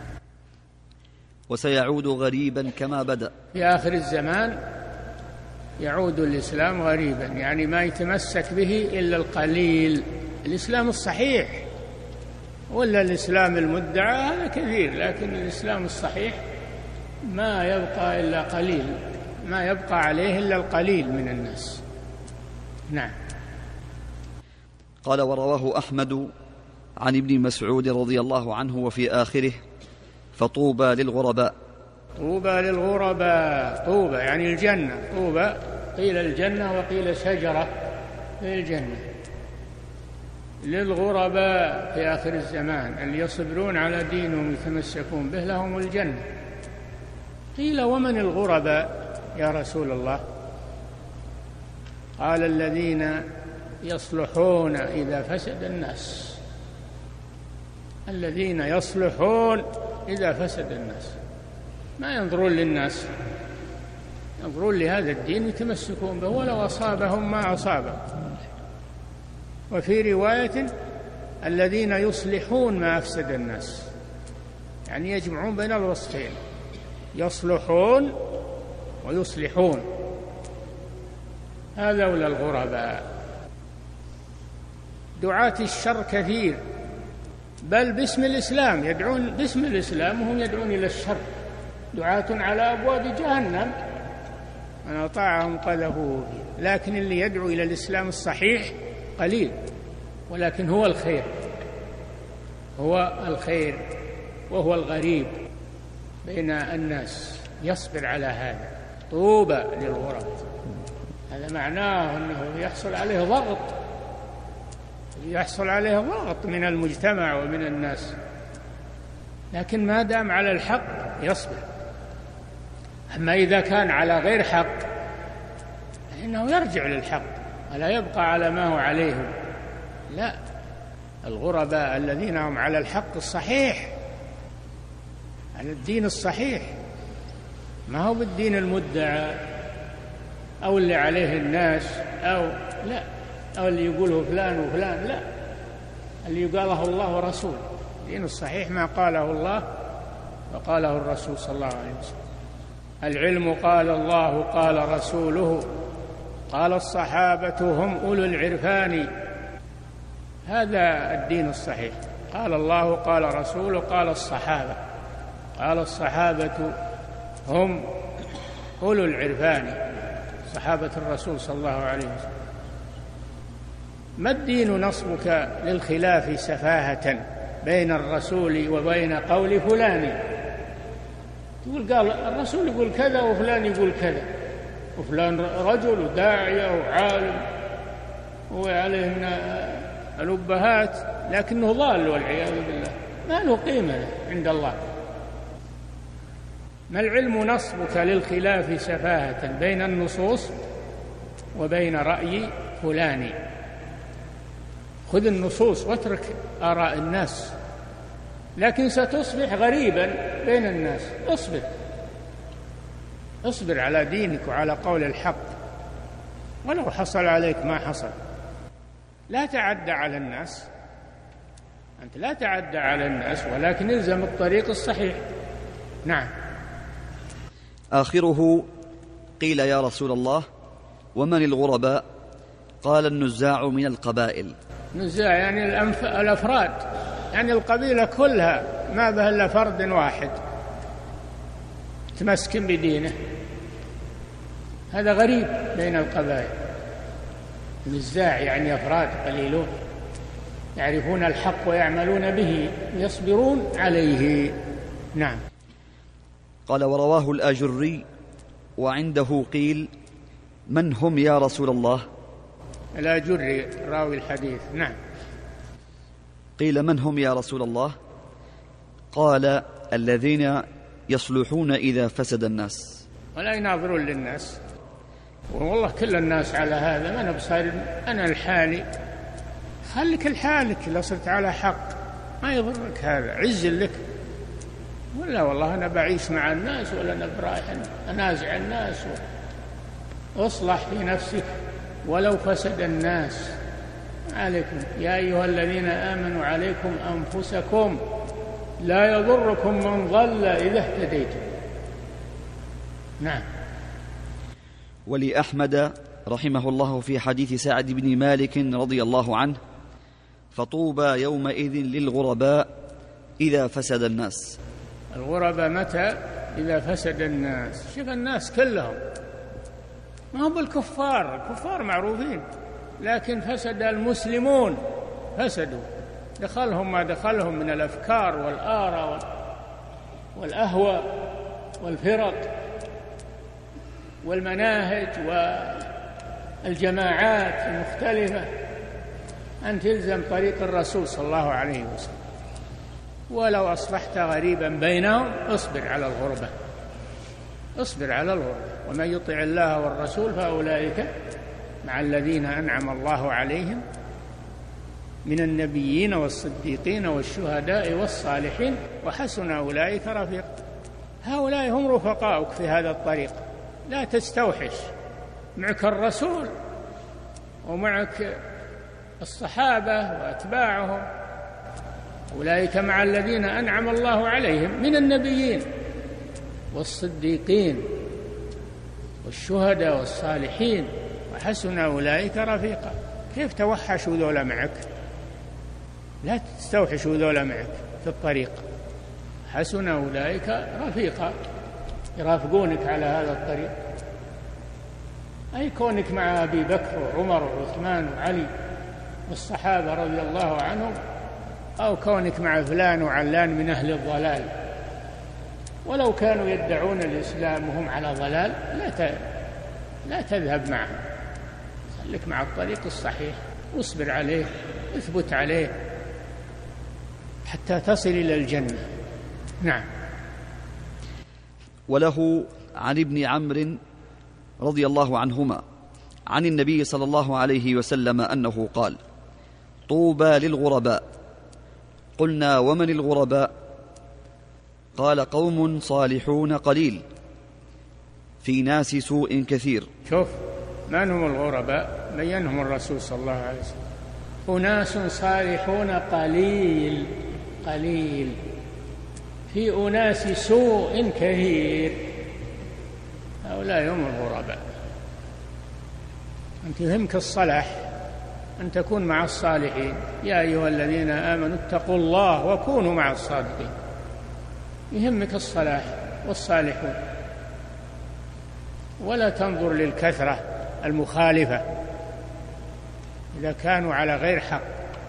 وسيعود غريبا كما بدأ. في آخر الزمان يعود الإسلام غريبا، يعني ما يتمسك به إلا القليل. الإسلام الصحيح ولا الإسلام المدعى هذا كثير، لكن الإسلام الصحيح ما يبقى إلا قليل، ما يبقى عليه إلا القليل من الناس. نعم. قال: ورواه أحمد عن ابن مسعود رضي الله عنه وفي آخره: فطوبى للغرباء. طوبى للغرباء، طوبى يعني الجنة، طوبى قيل الجنة وقيل شجرة في الجنة. للغرباء في آخر الزمان اللي يصبرون على دينهم يتمسكون به لهم الجنة. قيل: ومن الغرباء يا رسول الله؟ قال: الذين يصلحون إذا فسد الناس. الذين يصلحون إذا فسد الناس، ما ينظرون للناس، ينظرون لهذا الدين يتمسكون به ولو أصابهم ما أصابهم. وفي رواية: الذين يصلحون ما أفسد الناس، يعني يجمعون بين الوصفين، يصلحون ويصلحون. هذول الغرباء. دعاة الشر كثير، بل باسم الإسلام يدعون، باسم الإسلام وهم يدعون إلى الشر. دعاة على أبواب جهنم من أطاعهم قذفوه فيه. لكن اللي يدعو إلى الإسلام الصحيح قليل، ولكن هو الخير، هو الخير وهو الغريب بين الناس، يصبر على هذا. طوبى للغرب، هذا معناه أنه يحصل عليه ضغط، يحصل عليه ضغط من المجتمع ومن الناس، لكن ما دام على الحق يصبر. أما إذا كان على غير حق فإنه يرجع للحق ولا يبقى على ما هو عليه. لا، الغرباء الذين هم على الحق الصحيح، على الدين الصحيح، ما هو بالدين المدعى أو اللي عليه الناس، أو لا، أو اللي يقوله فلان وفلان، لا، اللي قاله الله ورسوله. الدين الصحيح ما قاله الله وقاله الرسول صلى الله عليه وسلم. العلم قال الله قال رسوله قال الصحابة هم أولو العرفان. هذا الدين الصحيح، قال الله قال رسوله قال الصحابة، قال الصحابة هم أولو العرفان، صحابة الرسول صلى الله عليه وسلم. ما الدين نصبك للخلاف سفاهة بين الرسول وبين قول فلان؟ تقول قال الرسول يقول كذا وفلان يقول كذا، وفلان رجل وداعية وعالم وعليه الأبهات، لكنه ضال والعياذ بالله، ما له قيمة عند الله. ما العلم نصبك للخلاف سفاهة بين النصوص وبين رأي فلان؟ خذ النصوص واترك آراء الناس، لكن ستصبح غريبا بين الناس. اصبر على دينك وعلى قول الحق ولو حصل عليك ما حصل. لا تعدى على الناس، أنت لا تعدى على الناس، ولكن الزم الطريق الصحيح. نعم. آخره: قيل يا رسول الله ومن الغرباء؟ قال: النزاع من القبائل. نزاع يعني الأفراد، يعني القبيلة كلها ما به إلا فرد واحد تمسكن بدينه، هذا غريب بين القبائل. نزاع يعني أفراد قليلون يعرفون الحق ويعملون به ويصبرون عليه. نعم. قال: ورواه الآجري وعنده قيل: من هم يا رسول الله؟ الآجري راوي الحديث. نعم. قيل: من هم يا رسول الله؟ قال: الذين يصلحون إذا فسد الناس. ولا يناظرون للناس، والله كل الناس على هذا، ما أنا بصير أنا الحالي، خليك لحالك، لو صرت على حق ما يضرك، هذا عز لك. ولا والله أنا بعيش مع الناس ولا أنا برايح أنازع الناس. أصلح في نفسك ولو فسد الناس. عليكم يا أيها الذين آمنوا عليكم أنفسكم لا يضركم من ضل إذا اهتديتم. نعم. ولأحمد رحمه الله في حديث سعد بن مالك رضي الله عنه: فطوبى يومئذ للغرباء إذا فسد الناس. الغرباء متى؟ إذا فسد الناس. شوف الناس كلهم، ما هو بالكفار، الكفار معروفين، لكن فسد المسلمون، فسدوا، دخلهم ما دخلهم من الأفكار والآراء والأهواء والفرق والمناهج والجماعات المختلفة. أن تلزم طريق الرسول صلى الله عليه وسلم. ولو أصبحت غريبا بينهم اصبر على الغربة، اصبر على الغربة. ومن يطع الله والرسول فأولئك مع الذين أنعم الله عليهم من النبيين والصديقين والشهداء والصالحين وحسن أولئك رفيقا. هؤلاء هم رفقاؤك في هذا الطريق. لا تستوحش، معك الرسول ومعك الصحابة وأتباعهم، أولئك مع الذين أنعم الله عليهم من النبيين والصديقين والشهداء والصالحين وحسن أولئك رفيقا. كيف توحشوا ذولا معك؟ لا تستوحشوا ذولا معك في الطريق. حسن أولئك رفيقا، يرافقونك على هذا الطريق. أي كونك مع أبي بكر وعمر وعثمان وعلي والصحابة رضي الله عنهم، أو كونك مع فلان وعلان من أهل الضلال، ولو كانوا يدعون الإسلام وهم على ضلال لا تذهب معهم. خليك مع الطريق الصحيح واصبر عليه، اثبت عليه حتى تصل إلى الجنة. نعم. وله عن ابن عمرو رضي الله عنهما عن النبي صلى الله عليه وسلم أنه قال: طوبى للغرباء. قلنا: ومن الغرباء؟ قال: قوم صالحون قليل في ناس سوء كثير. شوف من هم الغرباء؟ بينهم الرسول صلى الله عليه وسلم: أناس صالحون قليل في أناس سوء كثير. هؤلاء هم الغرباء. أنت يهمك الصلاح، أن تكون مع الصالحين. يا أيها الذين آمنوا اتقوا الله وكونوا مع الصادقين. يهمك الصلاح والصالحون، ولا تنظر للكثرة المخالفة إذا كانوا على غير حق.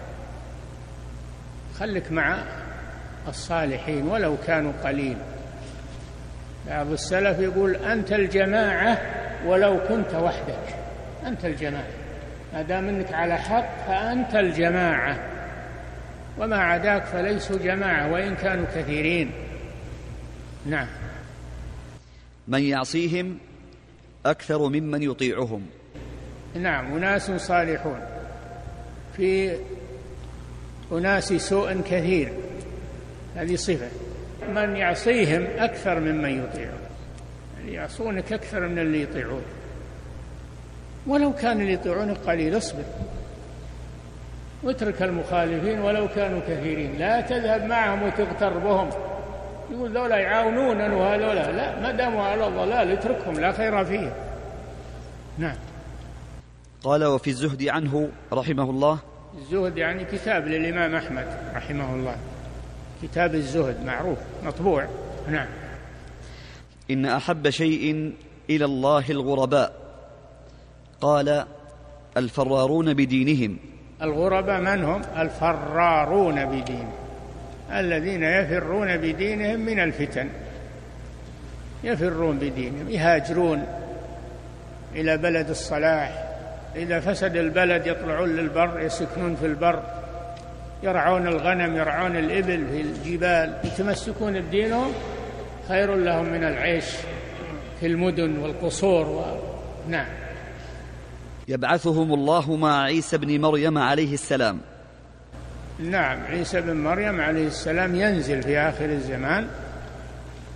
خلك مع الصالحين ولو كانوا قليل. بعض السلف يقول: أنت الجماعة ولو كنت وحدك. أنت الجماعة، ما دام أنك على حق فأنت الجماعة، وما عداك فليسوا جماعة وإن كانوا كثيرين. نعم. من يعصيهم أكثر ممن يطيعهم. نعم. أناس صالحون في أناس سوء كثير، هذه صفة. من يعصيهم أكثر ممن يطيعون، يعني يعصونك أكثر من اللي يطيعون. ولو كان اللي يطيعونك قليل اصبر واترك المخالفين ولو كانوا كثيرين. لا تذهب معهم وتغتر بهم، يقول ذولا يعاونون وهذولا لا، ما داموا على الضلال اتركهم، لا خير فيه. نعم. قال: وفي الزهد عنه رحمه الله. الزهد يعني كتاب للإمام أحمد رحمه الله، كتاب الزهد معروف مطبوع. نعم. إن أحب شيء إلى الله الغرباء. قال: الفرارون بدينهم. الغرباء من هم؟ الفرارون بدينهم، الذين يفرون بدينهم من الفتن، يفرون بدينهم، يهاجرون إلى بلد الصلاح. إذا فسد البلد يطلعون للبر، يسكنون في البر، يرعون الغنم، يرعون الإبل في الجبال، يتمسكون بدينهم، خير لهم من العيش في المدن والقصور. نعم. يبعثهم الله مع عيسى بن مريم عليه السلام. نعم. عيسى بن مريم عليه السلام ينزل في آخر الزمان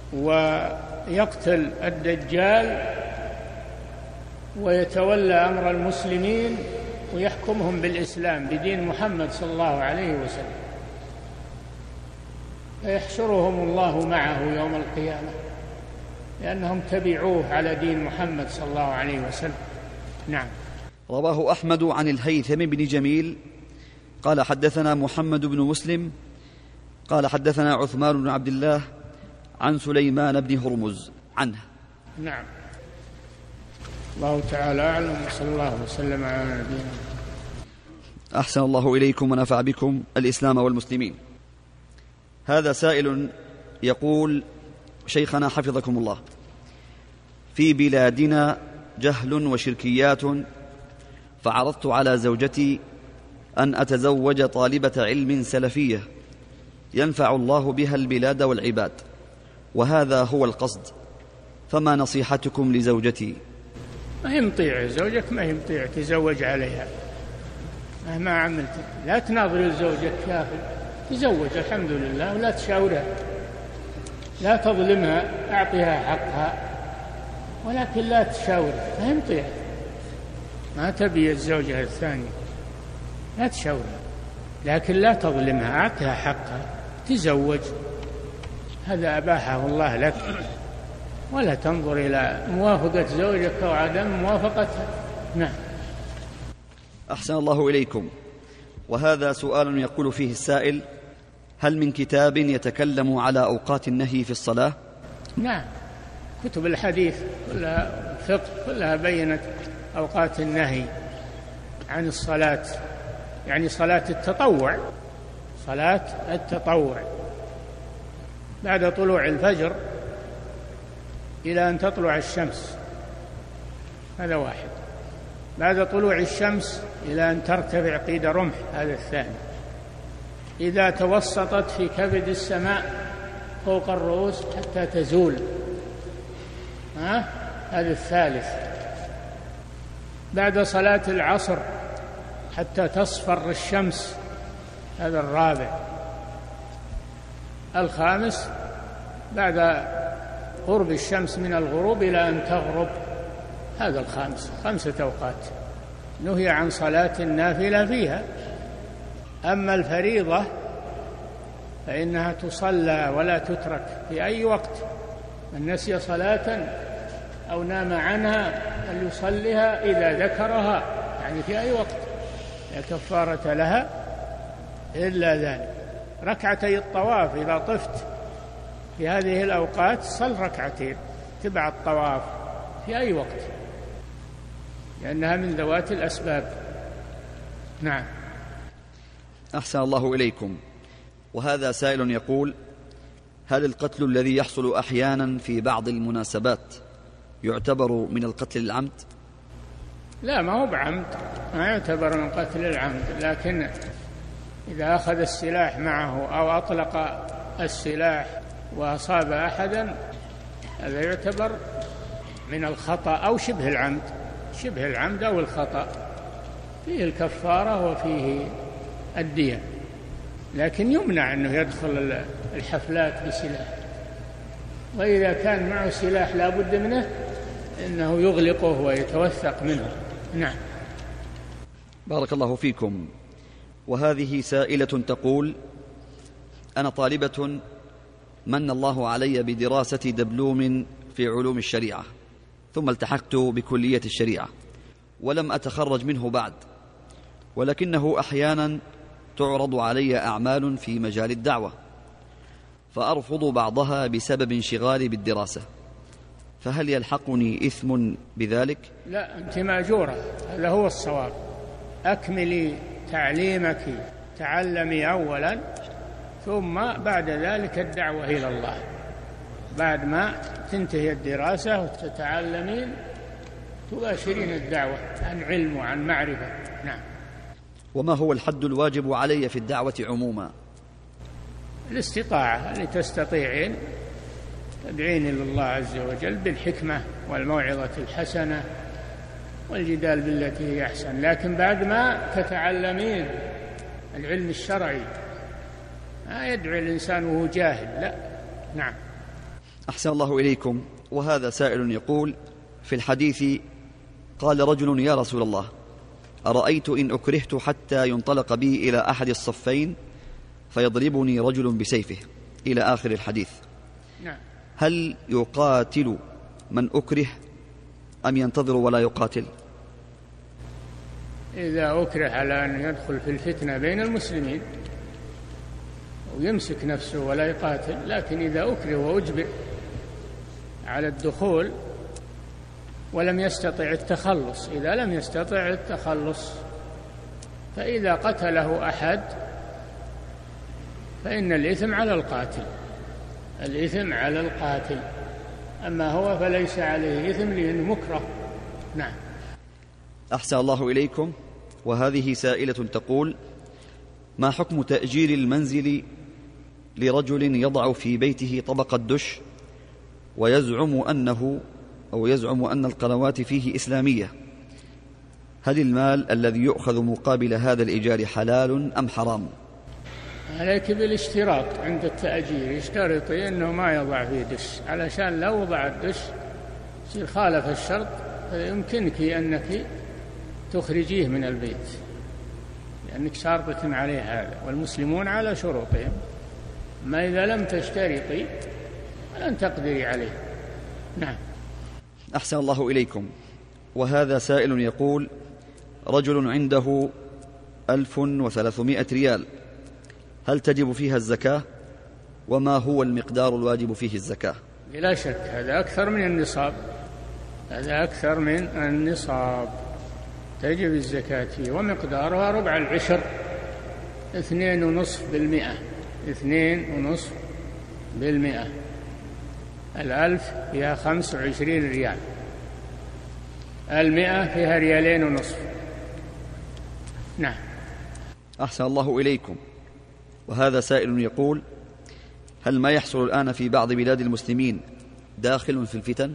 ويقتل الدجال ويتولى أمر المسلمين ويحكمهم بالإسلام بدين محمد صلى الله عليه وسلم، فيحشرهم الله معه يوم القيامة لأنهم تبعوه على دين محمد صلى الله عليه وسلم. نعم. رواه أحمد عن الهيثم بن جميل قال حدثنا محمد بن مسلم قال حدثنا عثمان بن عبد الله عن سليمان بن هرمز عنه. نعم. الله تعالى أعلم، وصلى الله وسلم على نبينا. أحسن الله إليكم ونفع بكم الإسلام والمسلمين. هذا سائل يقول: شيخنا حفظكم الله، في بلادنا جهل وشركيات، فعرضت على زوجتي أن أتزوج طالبة علم سلفية ينفع الله بها البلاد والعباد، وهذا هو القصد، فما نصيحتكم لزوجتي؟ ما هي مطيعة زوجك، ما هي مطيعة تزوج عليها مهما عملت. لا تناظر الزوجة كافر، تزوج الحمد لله ولا تشاورها، لا تظلمها، أعطيها حقها ولكن لا تشاورها. ما هي مطيعة، ما تبي الزوجة الثانية، لا تشاورها لكن لا تظلمها، أعطيها حقها، تزوج، هذا أباحه الله لك، ولا تنظر إلى موافقة زوجك أو عدم موافقتها. نعم. أحسن الله إليكم. وهذا سؤال يقول فيه السائل: هل من كتاب يتكلم على أوقات النهي في الصلاة؟ نعم، كتب الحديث كلها فقه كلها بينت أوقات النهي عن الصلاة، يعني صلاة التطوع، صلاة التطوع بعد طلوع الفجر إلى أن تطلع الشمس، هذا واحد. بعد طلوع الشمس إلى أن ترتفع قيد رمح، هذا الثاني. إذا توسطت في كبد السماء فوق الرؤوس حتى تزول، هذا الثالث. بعد صلاة العصر حتى تصفر الشمس، هذا الرابع. الخامس بعد قرب الشمس من الغروب إلى أن تغرب، هذا الخامس. 5 أوقات نهي عن صلاة النافلة فيها. أما الفريضة فإنها تصلى ولا تترك في أي وقت، من نسي صلاة أو نام عنها فليصليها إذا ذكرها، يعني في أي وقت، لا كفارة لها إلا ذلك. ركعتي الطواف إذا طفت في هذه الأوقات صل ركعتين تبع الطواف في أي وقت، لأنها من ذوات الأسباب. نعم. أحسن الله إليكم. وهذا سائل يقول: هل القتل الذي يحصل أحيانا في بعض المناسبات يعتبر من القتل العمد؟ لا، ما هو بعمد، ما يعتبر من قتل العمد، لكن إذا أخذ السلاح معه أو أطلق السلاح وأصاب أحدا هذا يعتبر من الخطأ أو شبه العمد، شبه العمد أو الخطأ، فيه الكفارة وفيه الدية، لكن يمنع أنه يدخل الحفلات بسلاح، وإذا كان معه سلاح لا بد منه إنه يغلقه ويتوثق منه. نعم. بارك الله فيكم. وهذه سائلة تقول: أنا طالبة من الله علي بدراسة دبلوم في علوم الشريعة، ثم التحقت بكلية الشريعة ولم أتخرج منه بعد، ولكنه أحيانا تعرض علي أعمال في مجال الدعوة فأرفض بعضها بسبب انشغالي بالدراسة، فهل يلحقني إثم بذلك؟ لا، أنت مأجورة، هذا هو الصواب. أكملي تعليمك، تعلمي أولا، ثم بعد ذلك الدعوة إلى الله. بعد ما تنتهي الدراسة وتتعلمين تباشرين الدعوة عن علم وعن معرفة. نعم. وما هو الحد الواجب علي في الدعوة عموما؟ الاستطاعة، اللي تستطيعين تدعين إلى الله عز وجل بالحكمة والموعظة الحسنة والجدال بالتي هي أحسن، لكن بعد ما تتعلمين العلم الشرعي، ما يدعو الإنسان وهو جاهل، لا. نعم. أحسن الله إليكم. وهذا سائل يقول: في الحديث قال رجل: يا رسول الله، أرأيت إن أكرهت حتى ينطلق بي إلى أحد الصفين فيضربني رجل بسيفه، إلى آخر الحديث. نعم. هل يقاتل من أكره أم ينتظر ولا يقاتل؟ إذا أكره على أن يدخل في الفتنة بين المسلمين ويمسك نفسه ولا يقاتل، لكن إذا أكره وأجبر على الدخول ولم يستطع التخلص، إذا لم يستطع التخلص فإذا قتله أحد فإن الإثم على القاتل، الإثم على القاتل، أما هو فليس عليه إثم لأنه مكره. نعم. أحسن الله إليكم. وهذه سائلة تقول: ما حكم تأجير المنزل لرجل يضع في بيته طبق الدش ويزعم أن القنوات فيه إسلامية؟ هل المال الذي يؤخذ مقابل هذا الإيجار حلال أم حرام؟ عليك بالاشتراط عند التأجير، يشترطي أنه ما يضع فيه دش، علشان لو وضع الدش يصير خالف الشرط فيمكنك أنك تخرجيه من البيت لأنك شارطة عليه هذا، والمسلمون على شروطهم، ما إذا لم تشترطي فلن تقدري عليه. نعم. أحسن الله إليكم. وهذا سائل يقول: رجل عنده 1300 ريال، هل تجب فيها الزكاة؟ وما هو المقدار الواجب فيه الزكاة؟ بلا شك هذا أكثر من النصاب، هذا أكثر من النصاب، تجب الزكاة فيه، ومقدارها ربع العشر، 2.5%، 2.5%. 1000 فيها 25 ريال، 100 فيها 2.5 ريال. نعم. أحسن الله إليكم. وهذا سائل يقول: هل ما يحصل الآن في بعض بلاد المسلمين داخل في الفتن؟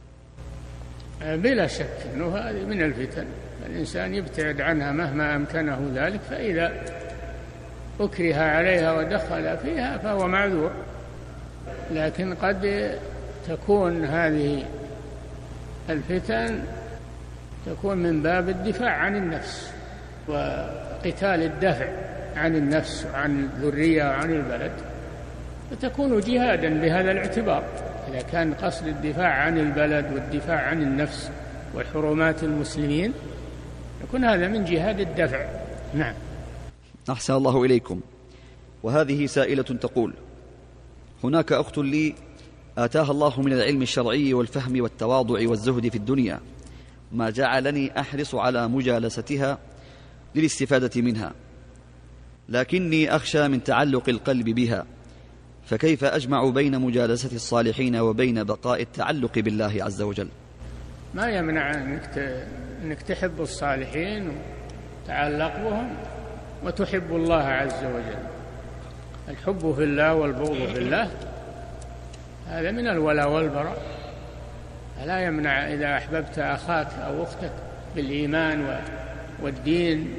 بلا شك أنه هذه من الفتن، الإنسان يبتعد عنها مهما أمكنه ذلك، فإذا أكره عليها ودخل فيها فهو معذور، لكن قد تكون هذه الفتن تكون من باب الدفاع عن النفس وقتال الدفع عن النفس وعن الذرية وعن البلد، فتكون جهادا بهذا الاعتبار. إذا كان قصد الدفاع عن البلد والدفاع عن النفس وحرمات المسلمين يكون هذا من جهاد الدفع. نعم. أحسن الله إليكم. وهذه سائلة تقول: هناك أخت لي آتاها الله من العلم الشرعي والفهم والتواضع والزهد في الدنيا ما جعلني أحرص على مجالستها للاستفادة منها، لكني أخشى من تعلق القلب بها، فكيف أجمع بين مجالسة الصالحين وبين بقاء التعلق بالله عز وجل؟ ما يمنع أنك تحب الصالحين وتعلق بهم وتحب الله عز وجل. الحب في الله والبغض في الله هذا من الولاء والبراء، لا يمنع إذا أحببت أخاك أو أختك بالإيمان والدين،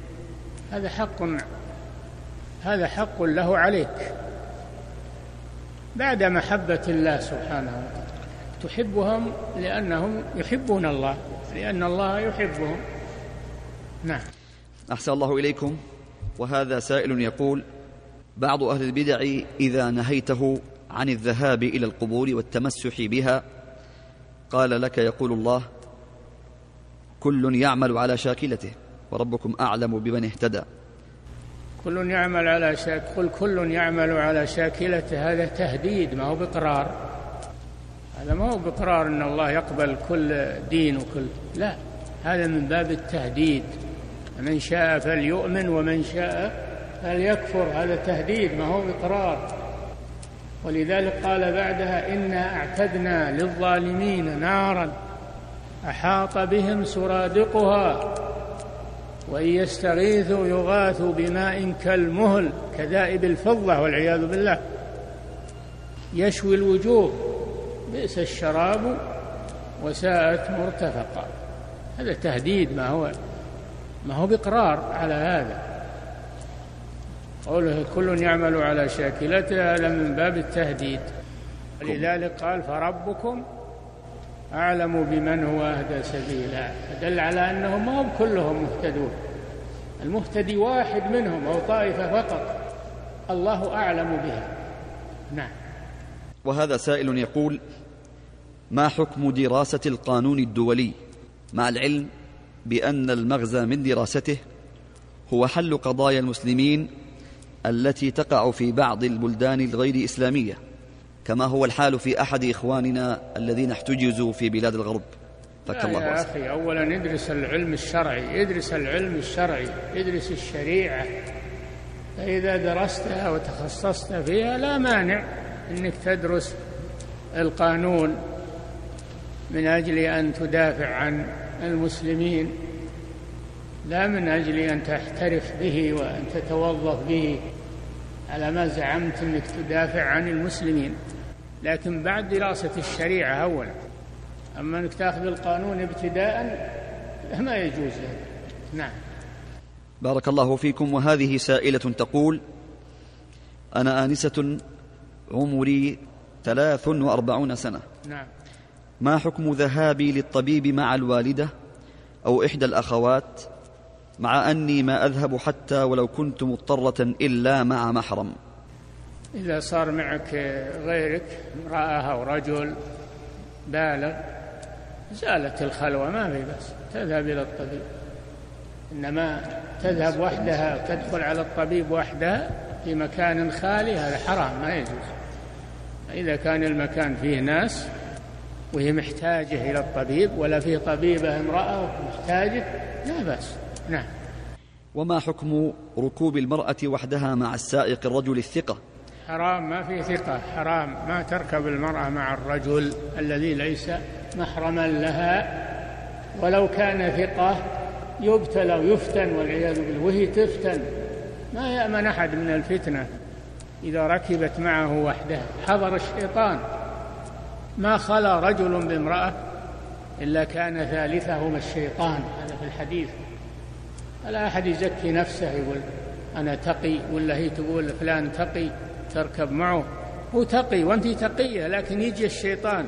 هذا حق له عليك بعد محبة الله سبحانه وتعالى، تحبهم لأنهم يحبون الله، لأن الله يحبهم. نعم. أحسن الله إليكم. وهذا سائل يقول: بعض أهل البدع إذا نهيته عن الذهاب إلى القبور والتمسح بها قال لك: يقول الله: كل يعمل على شاكلته وربكم أعلم بمن اهتدى. كل يعمل على قل كل يعمل على شاكلته، هذا تهديد، ما هو بإقرار، هذا ما هو بإقرار أن الله يقبل كل دين وكل، لا، هذا من باب التهديد، من شاء فليؤمن ومن شاء فليكفر، هذا تهديد ما هو بإقرار. ولذلك قال بعدها: إنا أعتدنا للظالمين نارا أحاط بهم سرادقها وإن يستغيثوا يغاثوا بماء كالمهل كذائب الفضة والعياذ بالله يشوي الوجوه بئس الشراب وساءت مرتفقا. هذا تهديد، ما هو بإقرار على هذا. قوله كل يعمل على شاكلته هذا من باب التهديد. لذلك قال فربكم أعلم بمن هو أهدى سبيلا، فدل على أنهم ما هم كلهم مهتدون، المهتدي واحد منهم أو طائفة فقط الله أعلم بها. نعم. وهذا سائل يقول: ما حكم دراسة القانون الدولي مع العلم بأن المغزى من دراسته هو حل قضايا المسلمين التي تقع في بعض البلدان الغير إسلامية، كما هو الحال في أحد إخواننا الذين احتجزوا في بلاد الغرب؟ فك الله يا أخي، أولا ادرس العلم الشرعي، ادرس الشريعة، فإذا درستها وتخصصت فيها لا مانع أنك تدرس القانون من أجل أن تدافع عن المسلمين، لا من أجل أن تحترف به وأن تتوظف به على ما زعمت أنك تدافع عن المسلمين، لكن بعد دراسة الشريعة أولا. أما أنك تأخذ القانون ابتداء ما يجوز هذا. نعم. بارك الله فيكم. وهذه سائلة تقول: أنا آنسة عمري 43 سنة. نعم. ما حكم ذهابي للطبيب مع الوالدة أو إحدى الأخوات، مع أني ما أذهب حتى ولو كنت مضطرة إلا مع محرم؟ إذا صار معك غيرك امرأة أو رجل بالغ زالت الخلوة ما في بس تذهب إلى الطبيب، إنما تذهب وحدها وتدخل على الطبيب وحدها في مكان خالي هذا حرام، ما يجوز. إذا كان المكان فيه ناس وهي محتاجة إلى الطبيب ولا فيه طبيبة امرأة محتاجة لا بأس. نعم. وما حكم ركوب المرأة وحدها مع السائق الرجل الثقة؟ حرام، ما في ثقة، حرام، ما تركب المرأة مع الرجل الذي ليس محرما لها، ولو كان ثقة يبتلى ويفتن والعياذ بالله، وهي تفتن، ما يأمن أحد من الفتنة إذا ركبت معه وحدها. حضر الشيطان، ما خلا رجل بامرأة إلا كان ثالثهما الشيطان، هذا في الحديث. لا أحد يزكي نفسه يقول أنا تقي، ولا هي تقول فلان تقي تركب معه، هو تقي وأنت تقية، لكن يجي الشيطان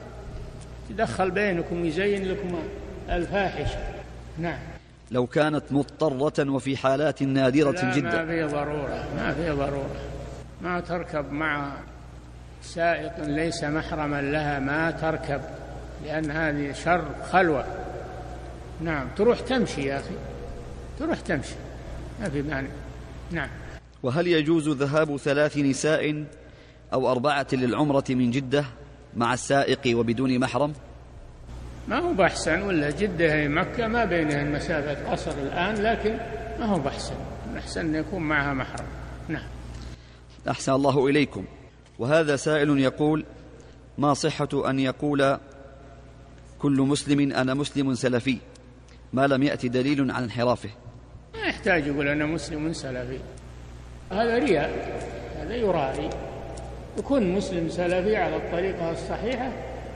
يدخل بينكم ويزين لكم الفاحشة. نعم. لو كانت مضطرة وفي حالات نادرة جدا؟ ما في ضرورة، ما تركب مع سائق ليس محرما لها، ما تركب، لأن هذه شر خلوة. نعم. تروح تمشي يا أخي، تروح تمشي ما في مانع. نعم. وهل يجوز ذهاب 3 نساء أو 4 للعمرة من جدة مع السائق وبدون محرم؟ ما هو بحسن، ولا جدة مكة ما بينها مسافة قصر الآن، لكن ما هو بحسن، أحسن أن يكون معها محرم. نعم. أحسن الله إليكم. وهذا سائل يقول: ما صحة أن يقول كل مسلم أنا مسلم سلفي ما لم يأتي دليل عن انحرافه؟ ما يحتاج يقول أنا مسلم سلفي، هذا رياء، هذا يرائي. يكون مسلم سلفي على الطريقة الصحيحة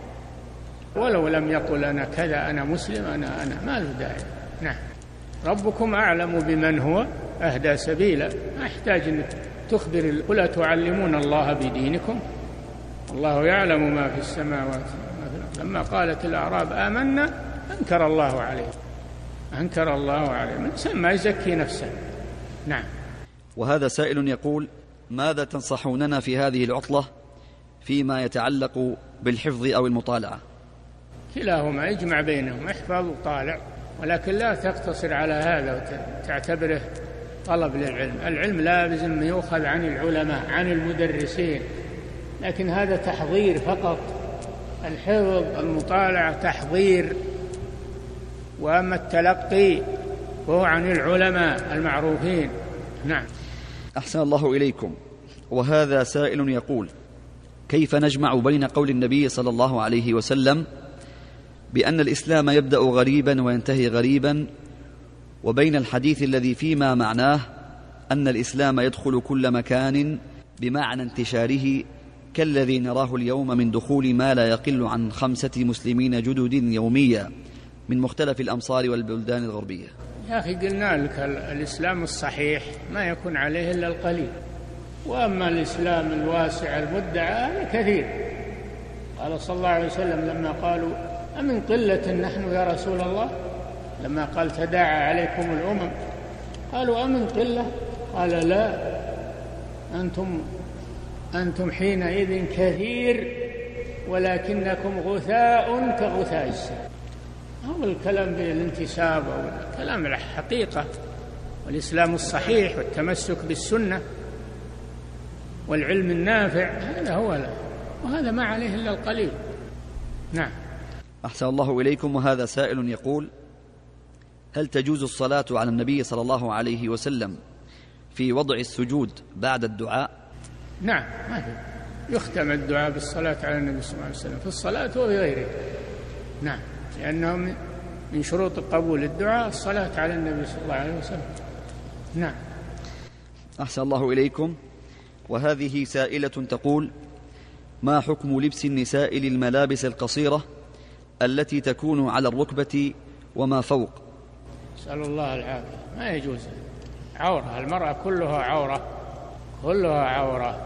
ولو لم يقل أنا كذا، أنا مسلم، أنا ما له داعي. نعم. ربكم أعلم بمن هو أهدى سبيلا، ما يحتاج أنك تخبر. ولا تعلمون الله بدينكم الله يعلم ما في السماوات وما في الأرض. لما قالت الأعراب آمنا أنكر الله عليه، من ما يزكي نفسه. نعم. وهذا سائل يقول: ماذا تنصحوننا في هذه العطلة فيما يتعلق بالحفظ أو المطالعة؟ كلاهما يجمع بينهم، احفظ وطالع، ولكن لا تقتصر على هذا وتعتبره طلب للعلم. العلم لازم يؤخذ عن العلماء، عن المدرسين، لكن هذا تحضير فقط. الحفظ المطالعة تحضير، وأما التلقي وهو عن العلماء المعروفين. نعم. أحسن الله إليكم. وهذا سائل يقول: كيف نجمع بين قول النبي صلى الله عليه وسلم بأن الإسلام يبدأ غريبا وينتهي غريبا، وبين الحديث الذي فيما معناه أن الإسلام يدخل كل مكان بمعنى انتشاره، كالذي نراه اليوم من دخول ما لا يقل عن 5 مسلمين جدد يوميا من مختلف الأمصار والبلدان الغربية؟ يا أخي قلنا لك الإسلام الصحيح ما يكون عليه إلا القليل، وأما الإسلام الواسع المدعى كثير، قال صلى الله عليه وسلم لما قالوا أمن قلة نحن يا رسول الله، لما قال تداعى عليكم الأمم، قالوا أمن قلة؟ قال لا، أنتم حينئذ كثير ولكنكم غثاء كغثاء السيل. هو الكلام بالانتساب أو الكلام الحقيقة والإسلام الصحيح والتمسك بالسنة والعلم النافع، هذا هو له، وهذا ما عليه إلا القليل. نعم. أحسن الله إليكم. وهذا سائل يقول: هل تجوز الصلاة على النبي صلى الله عليه وسلم في وضع السجود بعد الدعاء؟ نعم، ما في، يختم الدعاء بالصلاة على النبي صلى الله عليه وسلم في الصلاة وفي غيره. نعم، لأنه من شروط قبول الدعاء الصلاة على النبي صلى الله عليه وسلم. نعم. أحسن الله إليكم. وهذه سائلة تقول: ما حكم لبس النساء للملابس القصيرة التي تكون على الركبة وما فوق؟ نسأل الله العافية. ما يجوز، عورة، المرأة كلها عورة، كلها عورة،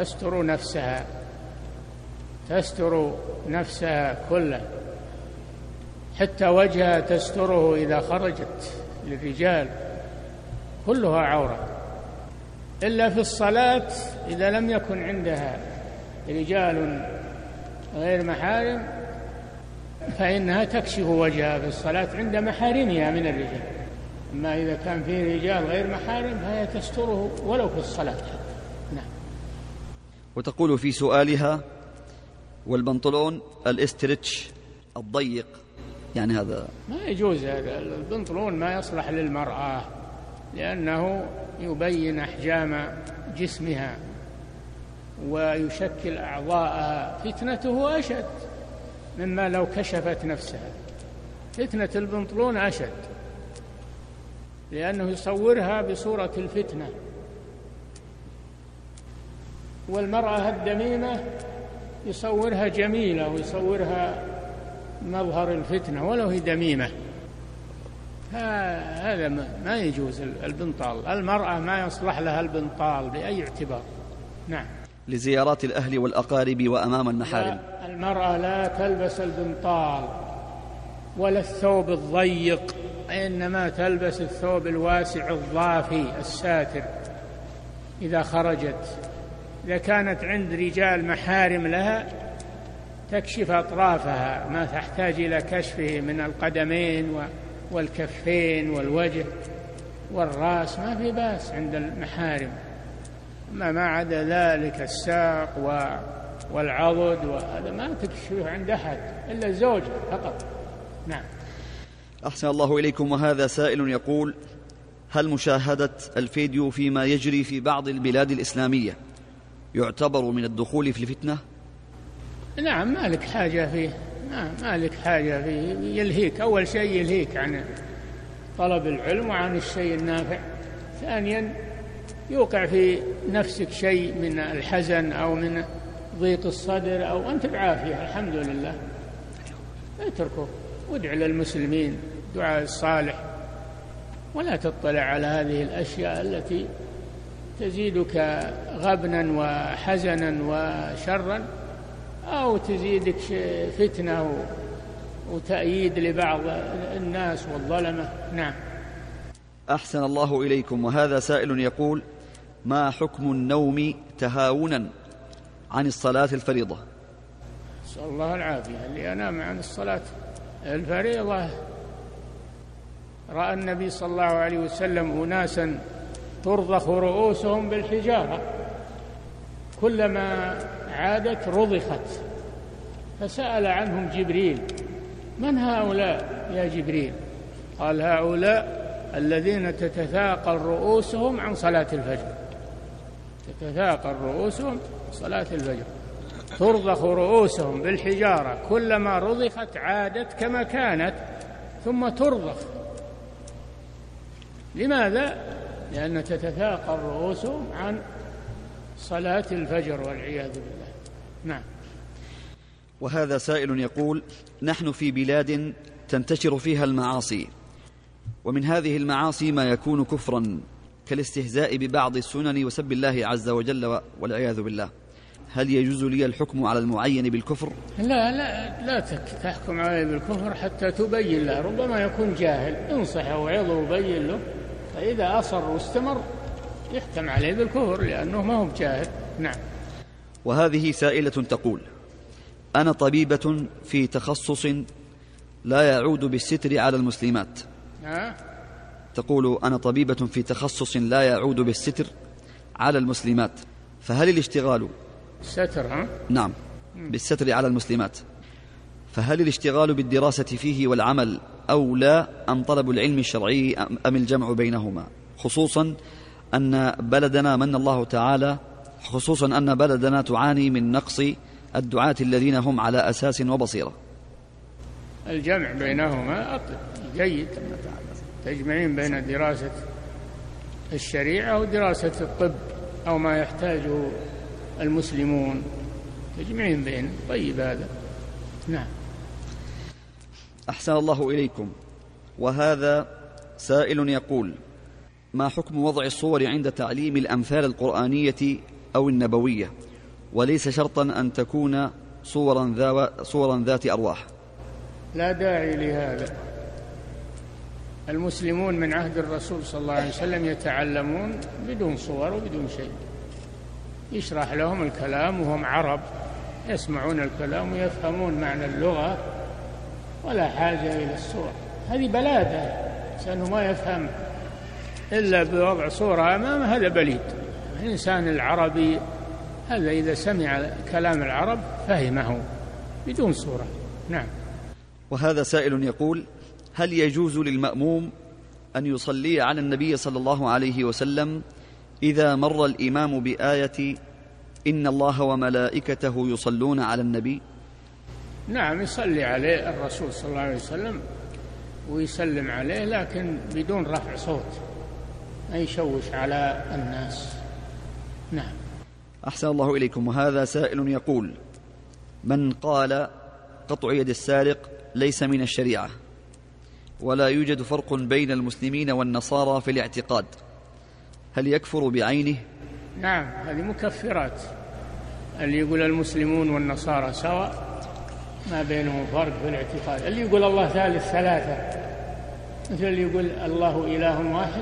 تستر نفسها كلها، حتى وجهها تستره إذا خرجت للرجال، كلها عورة، إلا في الصلاة إذا لم يكن عندها رجال غير محارم فإنها تكشف وجهها في الصلاة عند محارمها من الرجال، أما إذا كان فيه رجال غير محارم فهي تستره ولو في الصلاة. نعم. وتقول في سؤالها: والبنطلون الاسترتش الضيق، يعني هذا ما يجوز، هذا البنطلون ما يصلح للمرأة لأنه يبين أحجام جسمها ويشكل أعضاءها، فتنته أشد مما لو كشفت نفسها. فتنة البنطلون أشد لأنه يصورها بصورة الفتنة، والمرأة الدميمة يصورها جميلة ويصورها مظهر الفتنة ولو هي دميمة. هذا ما يجوز البنطال، المرأة ما يصلح لها البنطال بأي اعتبار. نعم. لزيارات الأهل والأقارب وأمام المحارم. المرأة لا تلبس البنطال ولا الثوب الضيق، إنما تلبس الثوب الواسع الضافي الساتر إذا خرجت. إذا كانت عند رجال محارم لها تكشف أطرافها، ما تحتاج إلى كشفه من القدمين والكفين والوجه والرأس، ما في بأس عند المحارم. ما عدا ذلك الساق والعضد وهذا ما تكشفه عند أحد إلا الزوج فقط. نعم. أحسن الله إليكم. وهذا سائل يقول: هل مشاهدة الفيديو فيما يجري في بعض البلاد الإسلامية يعتبر من الدخول في الفتنة؟ نعم، ما لك حاجة فيه، ما لك حاجة فيه، يلهيك. أول شيء يلهيك عن طلب العلم وعن الشيء النافع. ثانيا يوقع في نفسك شيء من الحزن أو من ضيق الصدر أو أنت بعافية الحمد لله، اتركه وادع للمسلمين دعاء الصالح، ولا تطلع على هذه الأشياء التي تزيدك غبنا وحزنا وشرا أو تزيدك فتنة وتأييد لبعض الناس والظلمة. نعم. أحسن الله إليكم. وهذا سائل يقول: ما حكم النوم تهاونا عن الصلاة الفريضة؟ نسأل الله العافية. اللي ينام عن الصلاة الفريضة، رأى النبي صلى الله عليه وسلم أناسا ترضخ رؤوسهم بالحجارة، كلما عادت رضخت، فسأل عنهم جبريل: من هؤلاء يا جبريل؟ قال: هؤلاء الذين تتثاقل رؤوسهم عن صلاة الفجر. تتثاقل رؤوسهم صلاة الفجر، ترضخ رؤوسهم بالحجارة، كلما رضخت عادت كما كانت ثم ترضخ. لماذا؟ لأن تتثاقل رؤوسهم عن صلاة الفجر والعياذ بالله. نعم. وهذا سائل يقول: نحن في بلاد تنتشر فيها المعاصي، ومن هذه المعاصي ما يكون كفرا كالاستهزاء ببعض السنن وسب الله عز وجل والعياذ بالله، هل يجوز لي الحكم على المعين بالكفر؟ لا تحكم عليه بالكفر حتى تبين له، ربما يكون جاهل، انصحه وعظه وبين له، فإذا أصر واستمر يحكم عليه بالكفر لأنه ما هو بجاهل. نعم. وهذه سائلة تقول: أنا طبيبة في تخصص لا يعود بالستر على المسلمات. تقول: أنا طبيبة في تخصص لا يعود بالستر على المسلمات، فهل الاشتغال ستر نعم بالستر على المسلمات، فهل الاشتغال بالدراسة فيه والعمل أولى أم طلب العلم الشرعي أم الجمع بينهما، خصوصا أن بلدنا تعاني من نقص الدعاة الذين هم على أساس وبصيرة؟ الجمع بينهما جيد، تجمعين بين دراسة الشريعة ودراسة الطب أو ما يحتاجه المسلمون، تجمعين بين، طيب هذا. نعم. أحسن الله إليكم. وهذا سائل يقول: ما حكم وضع الصور عند تعليم الأمثال القرآنية أو النبوية، وليس شرطا أن تكون صورا ذات أرواح؟ لا داعي لهذا. المسلمون من عهد الرسول صلى الله عليه وسلم يتعلمون بدون صور وبدون شيء، يشرح لهم الكلام وهم عرب، يسمعون الكلام ويفهمون معنى اللغة، ولا حاجة إلى الصور. هذه بلادة، لأنه ما يفهم إلا بوضع صورة أمامه، هذا بليد. الإنسان العربي هذا إذا سمع كلام العرب فهمه بدون صورة. نعم. وهذا سائل يقول: هل يجوز للمأموم أن يصلي على النبي صلى الله عليه وسلم إذا مر الإمام بآية إن الله وملائكته يصلون على النبي؟ نعم، يصلي عليه الرسول صلى الله عليه وسلم ويسلم عليه، لكن بدون رفع صوت، ما يشوش على الناس. نعم. أحسن الله إليكم. وهذا سائل يقول: من قال قطع يد السارق ليس من الشريعة، ولا يوجد فرق بين المسلمين والنصارى في الاعتقاد، هل يكفر بعينه؟ نعم، هذه مكفرات. اللي يقول المسلمون والنصارى سواء، ما بينهم فرق في الاعتقاد. اللي يقول الله ثالث ثلاثة مثل اللي يقول الله إله واحد،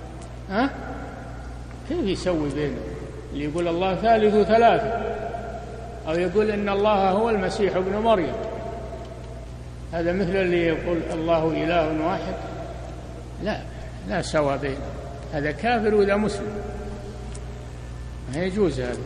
كيف يسوي بينه؟ اللي يقول الله ثالث ثلاثة، أو يقول إن الله هو المسيح ابن مريم، هذا مثل اللي يقول الله إله واحد. لا سوا بينه، هذا كافر وذا مسلم، ما يجوز هذا.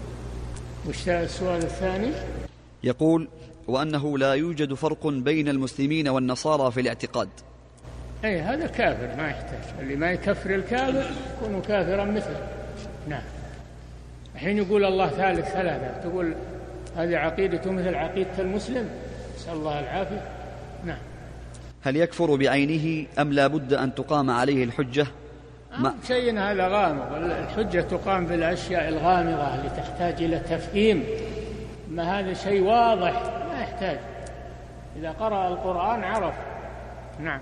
وش السؤال الثاني؟ يقول: وأنه لا يوجد فرق بين المسلمين والنصارى في الاعتقاد. أي هذا كافر، ما يحتاج. اللي ما يكفر الكافر يكون كافرا مثله. نعم. الحين يقول الله ثالث ثلاثة، تقول هذه عقيدته مثل عقيدة المسلم؟ نسأل الله العافية. نعم. هل يكفر بعينه أم لا بد أن تقام عليه الحجة؟ شيء هذا غامض. الحجة تقام بالأشياء الغامضة اللي تحتاج إلى تفهيم، ما هذا شيء واضح ما يحتاج، إذا قرأ القرآن عرف. نعم.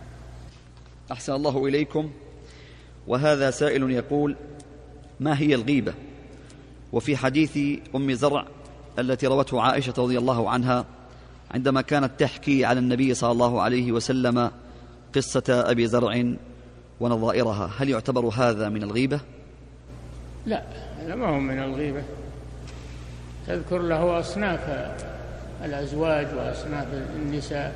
أحسن الله إليكم. وهذا سائل يقول: ما هي الغيبة؟ وفي حديث أم زرع التي روته عائشة رضي الله عنها عندما كانت تحكي على النبي صلى الله عليه وسلم قصة أبي زرع ونظائرها، هل يعتبر هذا من الغيبة؟ لا، هذا ما هو من الغيبة. تذكر له أصناف الأزواج وأصناف النساء،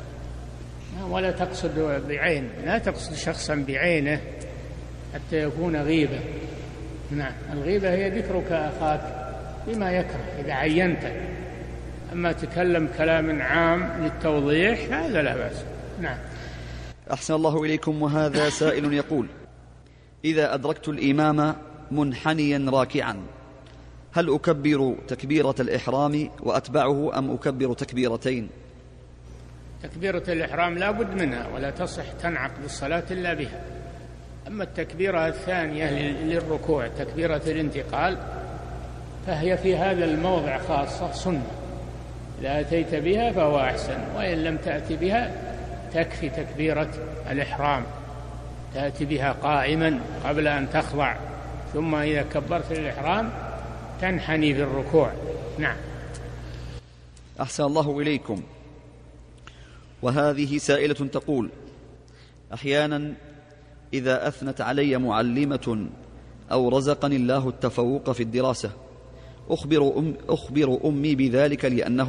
ولا تقصد بعين، لا تقصد شخصا بعينه حتى يكون غيبة. نعم. الغيبة هي ذكرك أخاك بما يكره إذا عينته، أما تكلم كلام عام للتوضيح هذا لا بأس. نعم. أحسن الله إليكم. وهذا سائل يقول: إذا أدركت الإمام منحنيا راكعا، هل أكبر تكبيرة الإحرام وأتبعه أم أكبر تكبيرتين؟ تكبيرة الإحرام لا بد منها، ولا تصح تنعقد الصلاة إلا بها. أما التكبيرة الثانية للركوع، تكبيرة الانتقال، فهي في هذا الموضع خاصة سنة، إذا أتيت بها فهو أحسن، وإن لم تأتي بها تكفي تكبيرة الإحرام، تأتي بها قائما قبل أن تخضع، ثم إذا كبرت الإحرام تنحني في الركوع. نعم. أحسن الله إليكم. وهذه سائلة تقول: أحيانا إذا أثنت علي معلمة أو رزقني الله التفوق في الدراسة أخبر أمي بذلك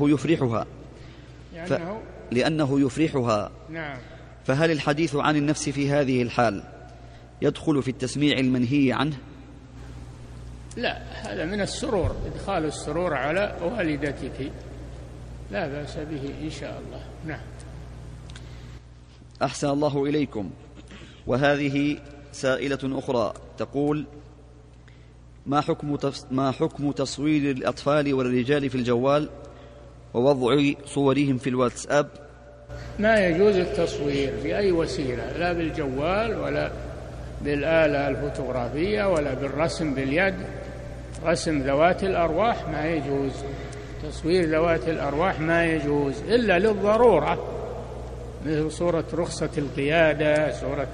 لأنه يفرحها. نعم. فهل الحديث عن النفس في هذه الحال يدخل في التسميع المنهي عنه؟ لا، هذا من السرور، إدخال السرور على والدتك لا بأس به إن شاء الله. نعم. أحسن الله إليكم. وهذه سائلة أخرى تقول: ما حكم تصوير الأطفال والرجال في الجوال ووضع صورهم في الواتساب؟ ما يجوز التصوير بأي وسيلة، لا بالجوال ولا بالآلة الفوتوغرافية ولا بالرسم باليد. رسم ذوات الأرواح ما يجوز، تصوير ذوات الأرواح ما يجوز إلا للضرورة، مثل صورة رخصة القيادة،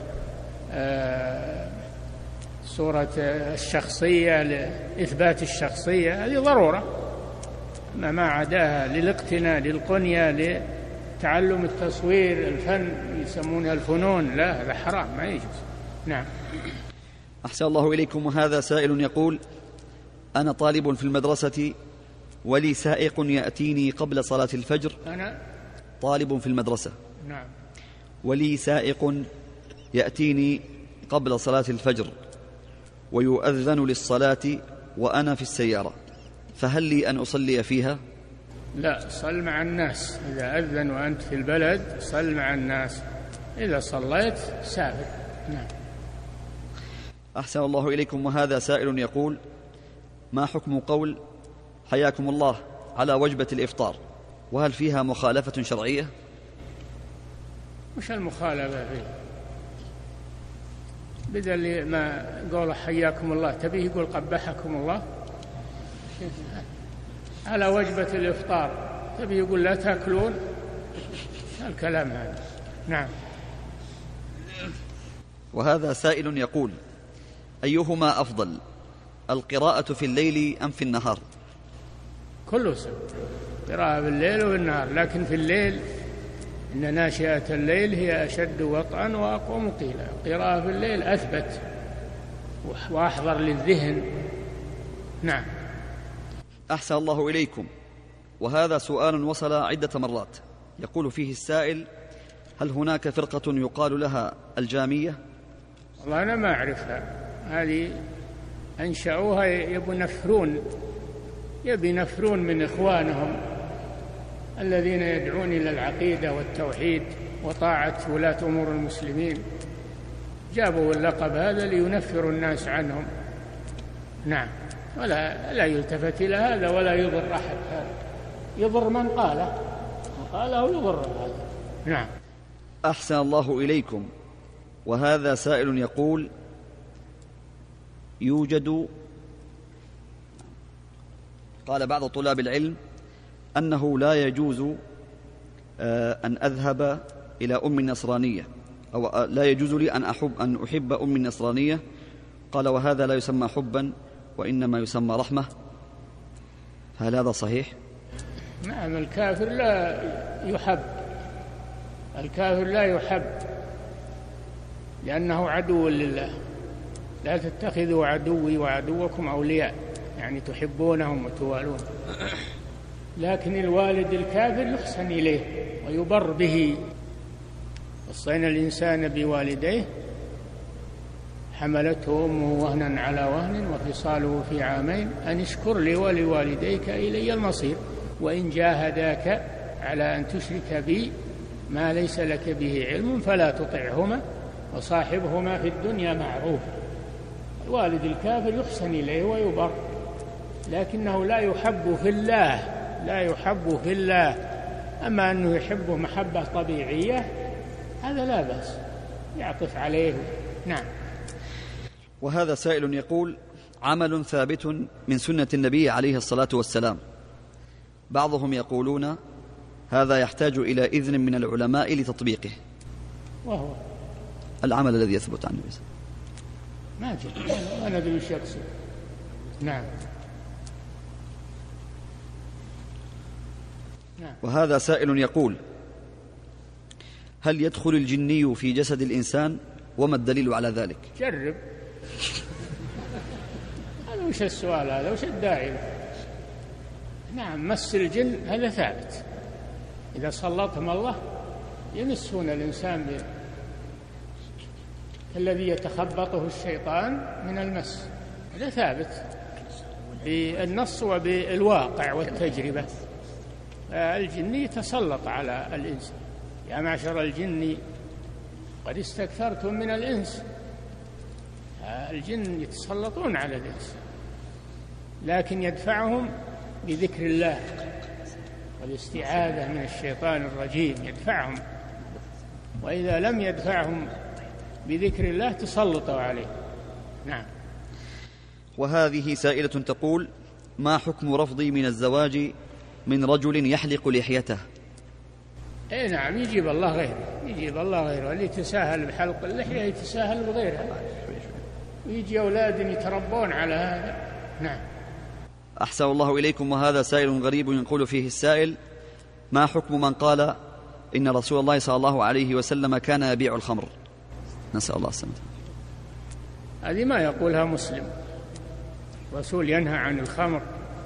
صورة الشخصية لإثبات الشخصية، هذه ضرورة. ما عداها للاقتناء للقنية لتعلم التصوير الفن يسمونها الفنون، لا، هذا حرام ما يجوز. نعم. أحسن الله إليكم. وهذا سائل يقول: أنا طالب في المدرسة ولي سائق يأتيني قبل صلاة الفجر. أنا طالب في المدرسة. نعم. ولي سائق يأتيني قبل صلاة الفجر ويؤذن للصلاة وأنا في السيارة، فهل لي أن أصلي فيها؟ لا، صل مع الناس. إذا أذن وأنت في البلد صل مع الناس، إذا صليت سافر. نعم. أحسن الله إليكم. وهذا سائل يقول: ما حكم قول حياكم الله على وجبة الإفطار، وهل فيها مخالفة شرعية؟ مش المخالفة فيه، بدل ما قول حياكم الله تبيه يقول قبحكم الله. على وجبة الإفطار تبيه يقول لا تأكلون، الكلام هذا. نعم. وهذا سائل يقول: أيهما أفضل، القراءة في الليل أم في النهار؟ كله سبب، قراءة في الليل وفي النهار، لكن في الليل إن ناشئة الليل هي أشد وطئا وأقوم قيلا. قراءة في الليل أثبت وأحضر للذهن. نعم. أحسن الله إليكم. وهذا سؤال وصل عدة مرات، يقول فيه السائل: هل هناك فرقة يقال لها الجامية؟ والله أنا ما أعرفها، هذه أنشأوها يبي ينفرون من إخوانهم الذين يدعون إلى العقيدة والتوحيد وطاعة ولاة أمور المسلمين، جابوا اللقب هذا لينفروا الناس عنهم. نعم. ولا يلتفت إلى هذا ولا يضر أحد، هذا يضر من قاله يضر هذا. نعم. أحسن الله إليكم. وهذا سائل يقول: قال بعض طلاب العلم أنه لا يجوز أن أذهب إلى أم نصرانية، أو لا يجوز لي أن أحب أم نصرانية. قال: وهذا لا يسمى حبا وإنما يسمى رحمة، هل هذا صحيح؟ نعم. الكافر لا يحب لأنه عدو لله. لا تتخذوا عدوي وعدوكم أولياء، يعني تحبونهم وتوالون. لكن الوالد الكافر يحسن إليه ويبر به. وصينا الإنسان بوالديه حملته أمه وهنا على وهن وفصاله في عامين أن اشكر لي ولوالديك إلي المصير، وإن جاهداك على أن تشرك بي ما ليس لك به علم فلا تطعهما وصاحبهما في الدنيا معروفا. الوالد الكافر يحسن إليه ويبر، لكنه لا يحب في الله. أما أنه يحبه محبة طبيعية هذا لا بأس، يعطف عليه. نعم. وهذا سائل يقول: عمل ثابت من سنة النبي عليه الصلاة والسلام، بعضهم يقولون هذا يحتاج إلى إذن من العلماء لتطبيقه، وهو العمل الذي يثبت عن النبي. ما ندري وش يقصد. نعم. وهذا سائل يقول: هل يدخل الجني في جسد الإنسان؟ وما الدليل على ذلك؟ جرب. هذا وش السؤال هذا؟ وش الداعي؟ نعم، مس الجن هذا ثابت، إذا سلطهم الله يمسون الإنسان الذي يتخبطه الشيطان من المس، هذا ثابت بالنص وبالواقع والتجربة. الجن يتسلط على الإنس: يا معشر الجن قد استكثرتم من الإنس. الجن يتسلطون على الإنس، لكن يدفعهم بذكر الله والاستعاذة من الشيطان الرجيم، يدفعهم. وإذا لم يدفعهم بذكر الله تسلطوا عليه. نعم. وهذه سائلة تقول: ما حكم رفضي من الزواج من رجل يحلق لحيته؟ اي نعم، يجيب الله غيره، اللي يتساهل بحلق اللحية يتساهل بغيرها، ويجي أولاد يتربون على هذا. نعم. أحسن الله إليكم. وهذا سائل غريب يقول فيه السائل: ما حكم من قال إن رسول الله صلى الله عليه وسلم كان يبيع الخمر؟ نسأل الله السلامة. هذه ما يقولها مسلم. الرسول ينهى عن الخمر،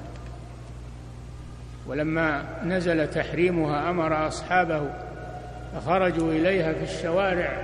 ولما نزل تحريمها أمر أصحابه فخرجوا إليها في الشوارع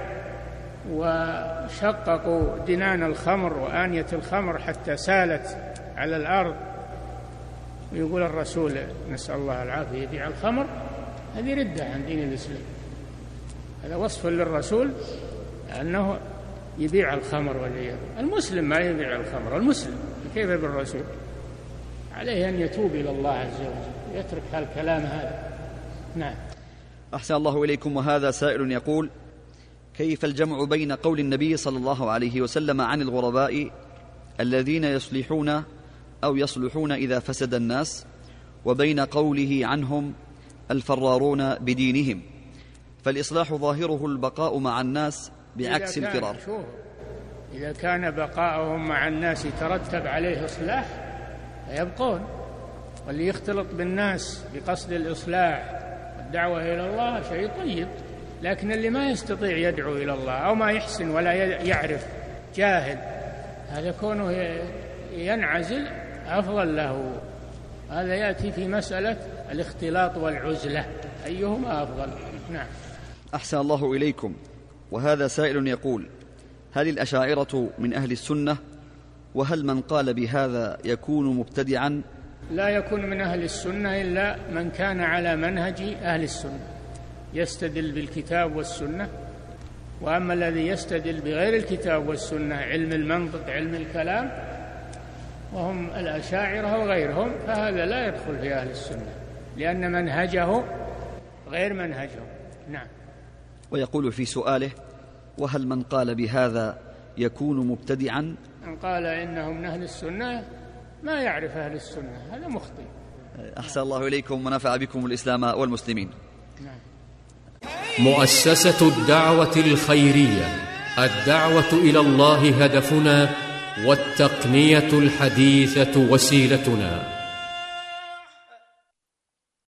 وشققوا دنان الخمر وآنية الخمر حتى سالت على الأرض. ويقول الرسول نسأل الله العافية يبيع الخمر، هذه ردة عن دين الإسلام. هذا وصف للرسول أنه يبيع الخمر والعياذ. المسلم ما يبيع الخمر، المسلم كيف بالرسول؟ عليه أن يتوب إلى الله عز وجل ويترك هالكلام هذا. نعم. أحسن الله إليكم. وهذا سائل يقول: كيف الجمع بين قول النبي صلى الله عليه وسلم عن الغرباء الذين يصلحون أو يصلحون إذا فسد الناس، وبين قوله عنهم الفرارون بدينهم؟ فالإصلاح ظاهره البقاء مع الناس بعكس الفرار. إذا كان بقاؤهم مع الناس يترتب عليه إصلاح فيبقون، واللي يختلط بالناس بقصد الإصلاح والدعوة إلى الله شيء طيب. لكن اللي ما يستطيع يدعو إلى الله أو ما يحسن ولا يعرف، جاهل، هذا كونه ينعزل أفضل له. هذا يأتي في مسألة الاختلاط والعزلة، أيهما أفضل. نعم. أحسن الله إليكم. وهذا سائل يقول: هل الأشاعرة من أهل السنة؟ وهل من قال بهذا يكون مبتدعا؟ لا يكون من أهل السنة إلا من كان على منهج أهل السنة، يستدل بالكتاب والسنة. وأما الذي يستدل بغير الكتاب والسنة، علم المنطق، علم الكلام، وهم الأشاعرة وغيرهم، فهذا لا يدخل في أهل السنة، لأن منهجه غير منهجهم. نعم. ويقول في سؤاله: وهل من قال بهذا يكون مبتدعا؟ من قال إنه من أهل السنة ما يعرف أهل السنة، هذا مخطئ. أحسن الله إليكم ونفع بكم الإسلام والمسلمين. نعم. مؤسسة الدعوة الخيرية، الدعوة إلى الله هدفنا، والتقنية الحديثة وسيلتنا.